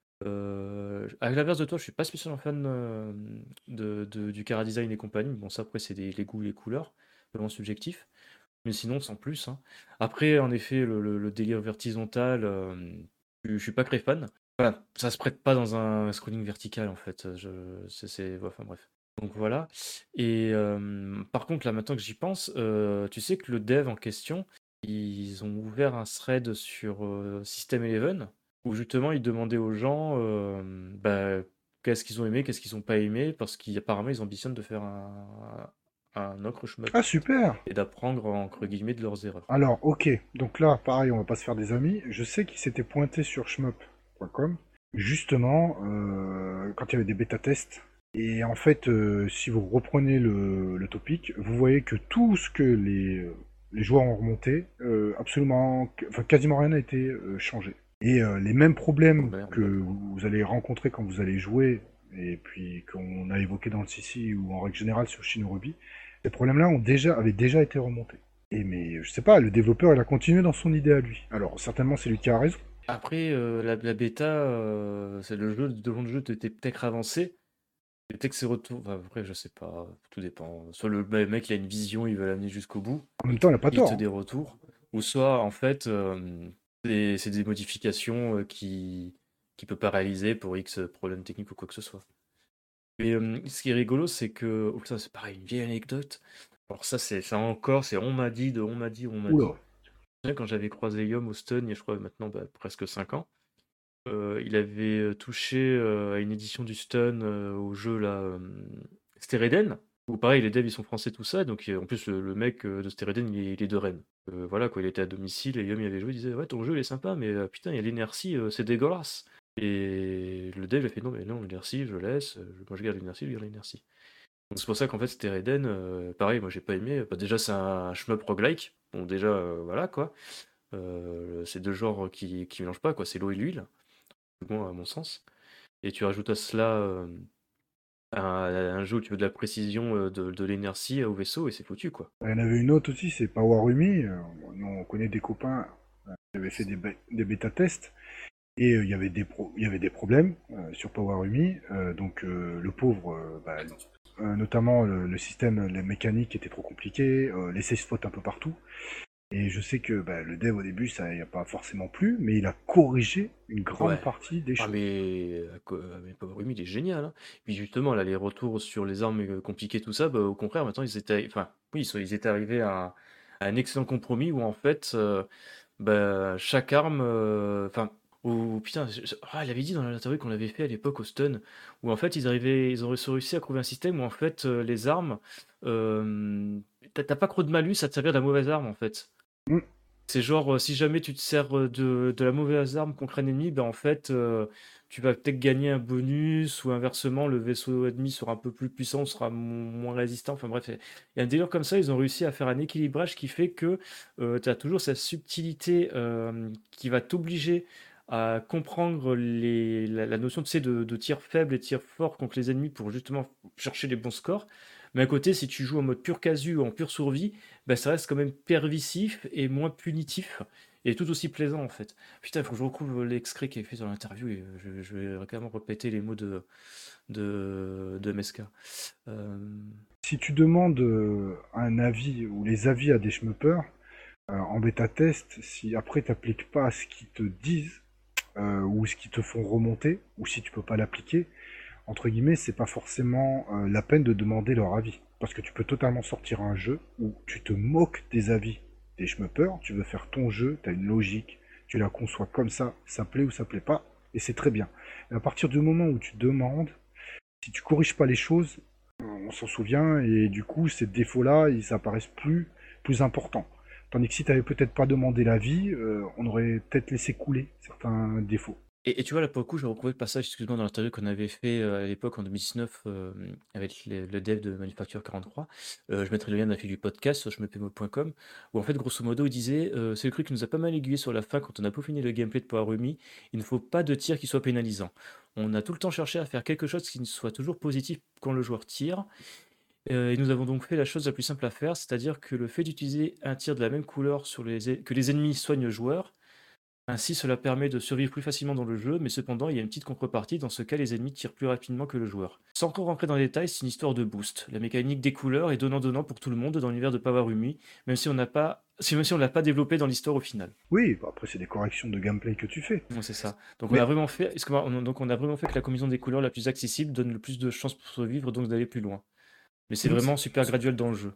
Euh, à l'inverse de toi, je suis pas spécialement fan euh, de, de- du Cara Design et compagnie. Bon, ça après, c'est des- les goûts, les couleurs, vraiment subjectif. Mais sinon, sans plus. Hein. Après, en effet, le, le- le délire vertical, euh, je, je suis pas très fan. Enfin, ça se prête pas dans un scrolling vertical, en fait. Je, c'est, c'est- ouais, enfin bref. Donc voilà. Et euh, par contre, là, maintenant que j'y pense, euh, tu sais que le dev en question, ils ont ouvert un thread sur euh, System Eleven où justement ils demandaient aux gens euh, bah, qu'est-ce qu'ils ont aimé, qu'est-ce qu'ils n'ont pas aimé, parce qu'apparemment ils ambitionnent de faire un, un ocre shmup Ah, en fait super! et d'apprendre entre guillemets de leurs erreurs. Alors, ok. Donc là, pareil, on va pas se faire des amis. Je sais qu'il s'était pointé sur shmup point com, justement, euh, quand il y avait des bêta-tests. Et en fait, euh, si vous reprenez le, le topic, vous voyez que tout ce que les, les joueurs ont remonté, euh, absolument, enfin quasiment rien n'a été euh, changé. Et euh, les mêmes Oh problèmes merde, que bah, vous allez rencontrer quand vous allez jouer, et puis qu'on a évoqué dans le C C ou en règle générale sur Shinobi, ces problèmes-là ont déjà, avaient déjà été remontés. Et mais je sais pas, le développeur il a continué dans son idée à lui. Alors certainement c'est lui qui a raison. après, euh, la, la bêta, euh, c'est le jeu, de long de jeu était peut-être avancé. Peut-être que ses retours, enfin, après, je sais pas, tout dépend. Soit le le mec il a une vision, il veut l'amener jusqu'au bout, En même temps, il a pas il tort. te Hein. des retours, ou soit en fait, euh, c'est c'est des modifications euh, qui qui peut pas réaliser pour X problèmes techniques ou quoi que ce soit. Mais euh, ce qui est rigolo, c'est que, oh, ça c'est pareil, une vieille anecdote. Alors ça, c'est ça encore, c'est on m'a dit, de on m'a dit, on m'a dit. Oula. Quand j'avais croisé Yom au Stun, il y a je crois maintenant bah, presque cinq ans, euh, il avait euh, touché euh, à une édition du Stun euh, au jeu là, euh, Stereden, Ou pareil, les devs ils sont français, tout ça, donc euh, en plus le, le mec euh, de Stereden il est, il est de Rennes. Euh, voilà quoi, il était à domicile et Yom il avait joué, il disait ouais ton jeu il est sympa, mais euh, putain il y a l'inertie, euh, c'est dégueulasse. Et le dev il a fait non mais non l'inertie je laisse, euh, moi je garde l'inertie, je garde l'inertie. Donc c'est pour ça qu'en fait Stereden, euh, pareil moi j'ai pas aimé, bah, déjà c'est un shmup roguelike, bon déjà euh, voilà quoi. Euh, c'est deux genres qui, qui mélangent pas quoi, c'est l'eau et l'huile, bon à mon sens. Et tu rajoutes à cela euh, un, un jeu où tu veux de la précision, euh, de, de l'énergie au vaisseau et c'est foutu quoi. Il y en avait une autre aussi, c'est Powerumi. Euh, nous, on connaît des copains euh, qui avaient fait des, bé- des bêta-tests. Et euh, il y avait des pro- il y avait des problèmes euh, sur Powerumi. Euh, donc euh, le pauvre, euh, bah, euh, notamment le, le système, la mécanique était trop compliqué, euh, les save spots un peu partout. Et je sais que bah, le dev au début ça n'y a pas forcément plu, mais il a corrigé une grande Ouais. partie des Ah choses. mais, à co- mais Powerumi il est génial, hein. Puis justement là les retours sur les armes euh, compliquées tout ça, bah, au contraire maintenant ils étaient, enfin oui ils, sont- ils étaient arrivés à, à un excellent compromis où en fait euh, bah, chaque arme, euh, enfin ou putain, je- je- ah, il avait dit dans l'interview qu'on avait fait à l'époque au Stun, où en fait ils arrivaient, ils ont réussi à trouver un système où en fait euh, les armes, euh, t'as t'as pas trop de malus à te servir de la mauvaise arme en fait. Mm. C'est genre, euh, si jamais tu te sers euh, de, de la mauvaise arme contre un ennemi, ben en fait, euh, tu vas peut-être gagner un bonus, ou inversement, le vaisseau ennemi sera un peu plus puissant, sera mo- moins résistant. Enfin bref, il y a un délire comme ça, ils ont réussi à faire un équilibrage qui fait que tu as toujours cette subtilité euh, qui va t'obliger à comprendre les, la, la notion tu sais, de, de tir faible et tir fort contre les ennemis pour justement chercher les bons scores. Mais à côté, si tu joues en mode pur casu ou en pure survie, bah, ça reste quand même pervissif et moins punitif et tout aussi plaisant en fait. Putain, il faut que je retrouve l'extrait qui est fait dans l'interview et euh, je, je vais quand même répéter les mots de, de, de M S K. Euh, Si tu demandes euh, un avis ou les avis à des schmuppers euh, en bêta-test, si après t'appliques pas ce qu'ils te disent euh, ou ce qu'ils te font remonter, ou si tu peux pas l'appliquer, entre guillemets, c'est pas forcément euh, la peine de demander leur avis. Parce que tu peux totalement sortir un jeu où tu te moques des avis des schmuppers, tu veux faire ton jeu, tu as une logique, tu la conçois comme ça, ça plaît ou ça plaît pas, et c'est très bien. Et à partir du moment où tu demandes, si tu corriges pas les choses, on s'en souvient, et du coup, ces défauts-là, ils apparaissent plus, plus importants. Tandis que si tu avais peut-être pas demandé l'avis, euh, on aurait peut-être laissé couler certains défauts. Et, et tu vois, là, pour le coup, j'ai retrouvé le passage, excuse-moi, dans l'interview qu'on avait fait euh, à l'époque, en deux mille dix-neuf, euh, avec les- le dev de Manufacture quarante-trois. Euh, je mettrai le lien dans la fiche du podcast sur schmepemo point com, où en fait, grosso modo, il disait euh, c'est le truc qui nous a pas mal aiguillé sur la fin quand on a peaufiné le gameplay de Powerumi. Il ne faut pas de tir qui soit pénalisant. On a tout le temps cherché à faire quelque chose qui soit toujours positif quand le joueur tire. Euh, et nous avons donc fait la chose la plus simple à faire, c'est-à-dire que le fait d'utiliser un tir de la même couleur sur les, e- que les ennemis soignent le joueur. Ainsi, cela permet de survivre plus facilement dans le jeu, mais cependant, il y a une petite contrepartie, dans ce cas, les ennemis tirent plus rapidement que le joueur. Sans encore rentrer dans les détails, c'est une histoire de boost. La mécanique des couleurs est donnant-donnant pour tout le monde dans l'univers de Powerumi, même si on n'a pas, si, même si on l'a pas développé dans l'histoire au final. Oui, bah après c'est des corrections de gameplay que tu fais. Ouais, c'est ça. Donc on a Mais vraiment fait, excuse-moi, on- donc on a vraiment fait que la combinaison des couleurs la plus accessible donne le plus de chances pour survivre, donc d'aller plus loin. Mais c'est Mhm. vraiment super graduel dans le jeu.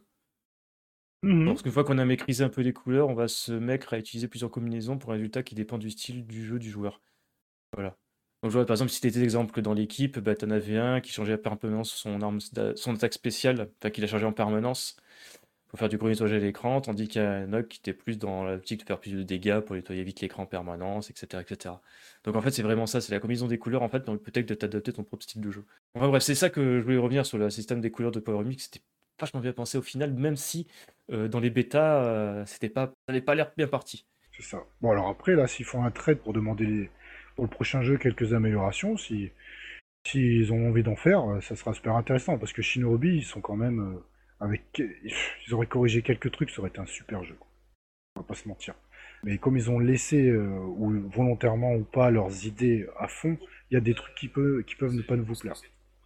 Mhm. Parce qu'une fois qu'on a maîtrisé un peu les couleurs, on va se mettre à utiliser plusieurs combinaisons pour un résultat qui dépend du style du jeu du joueur. Voilà. Donc, je vois, par exemple, si tu étais exemple dans l'équipe, bah, tu en avais un qui changeait en permanence son arme, son attaque spéciale, enfin, qu'il a changé en permanence pour faire du gros nettoyage à l'écran, tandis qu'il y a un autre qui était plus dans l'optique de faire plus de dégâts pour nettoyer vite l'écran en permanence, et cetera, et cetera. Donc, en fait, c'est vraiment ça, c'est la combinaison des couleurs, en fait, donc peut-être de t'adapter ton propre style de jeu. Enfin, bref, c'est ça que je voulais revenir sur le système des couleurs de Power Mix, c'était vachement bien pensé au final, même si euh, dans les bêtas, euh, c'était pas, ça n'avait pas l'air bien parti. c'est ça. Bon alors après là, s'ils font un trade pour demander les- pour le prochain jeu quelques améliorations, si s'ils ont envie d'en faire, euh, ça sera super intéressant parce que Shinobi ils sont quand même euh, avec ils auraient corrigé quelques trucs, ça aurait été un super jeu. On va pas se mentir. Mais comme ils ont laissé euh, ou volontairement ou pas leurs idées à fond, il y a des trucs qui peuvent qui peuvent ne pas vous plaire.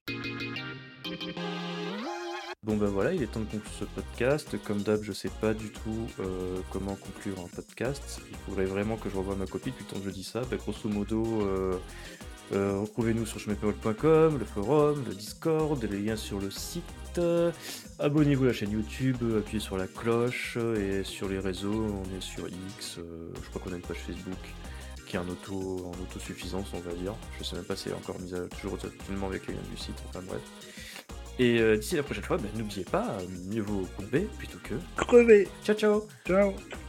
Bon ben voilà, il est temps de conclure ce podcast. Comme d'hab, je sais pas du tout euh, comment conclure un podcast. Il faudrait vraiment que je revoie ma copie depuis le temps que je dis ça. Ben, grosso modo, euh, euh, retrouvez-nous sur schmepperol point com, le forum, le Discord, les liens sur le site. Abonnez-vous à la chaîne YouTube, appuyez sur la cloche et sur les réseaux, on est sur X. Euh, je crois qu'on a une page Facebook qui est en auto en autosuffisance, on va dire. Je sais même pas si elle est encore mise à toujours actuellement avec les liens du site. Enfin bref. Et euh, d'ici la prochaine fois, bah, n'oubliez pas, euh, mieux vaut bomber plutôt que Crevé. ciao ciao. Ciao.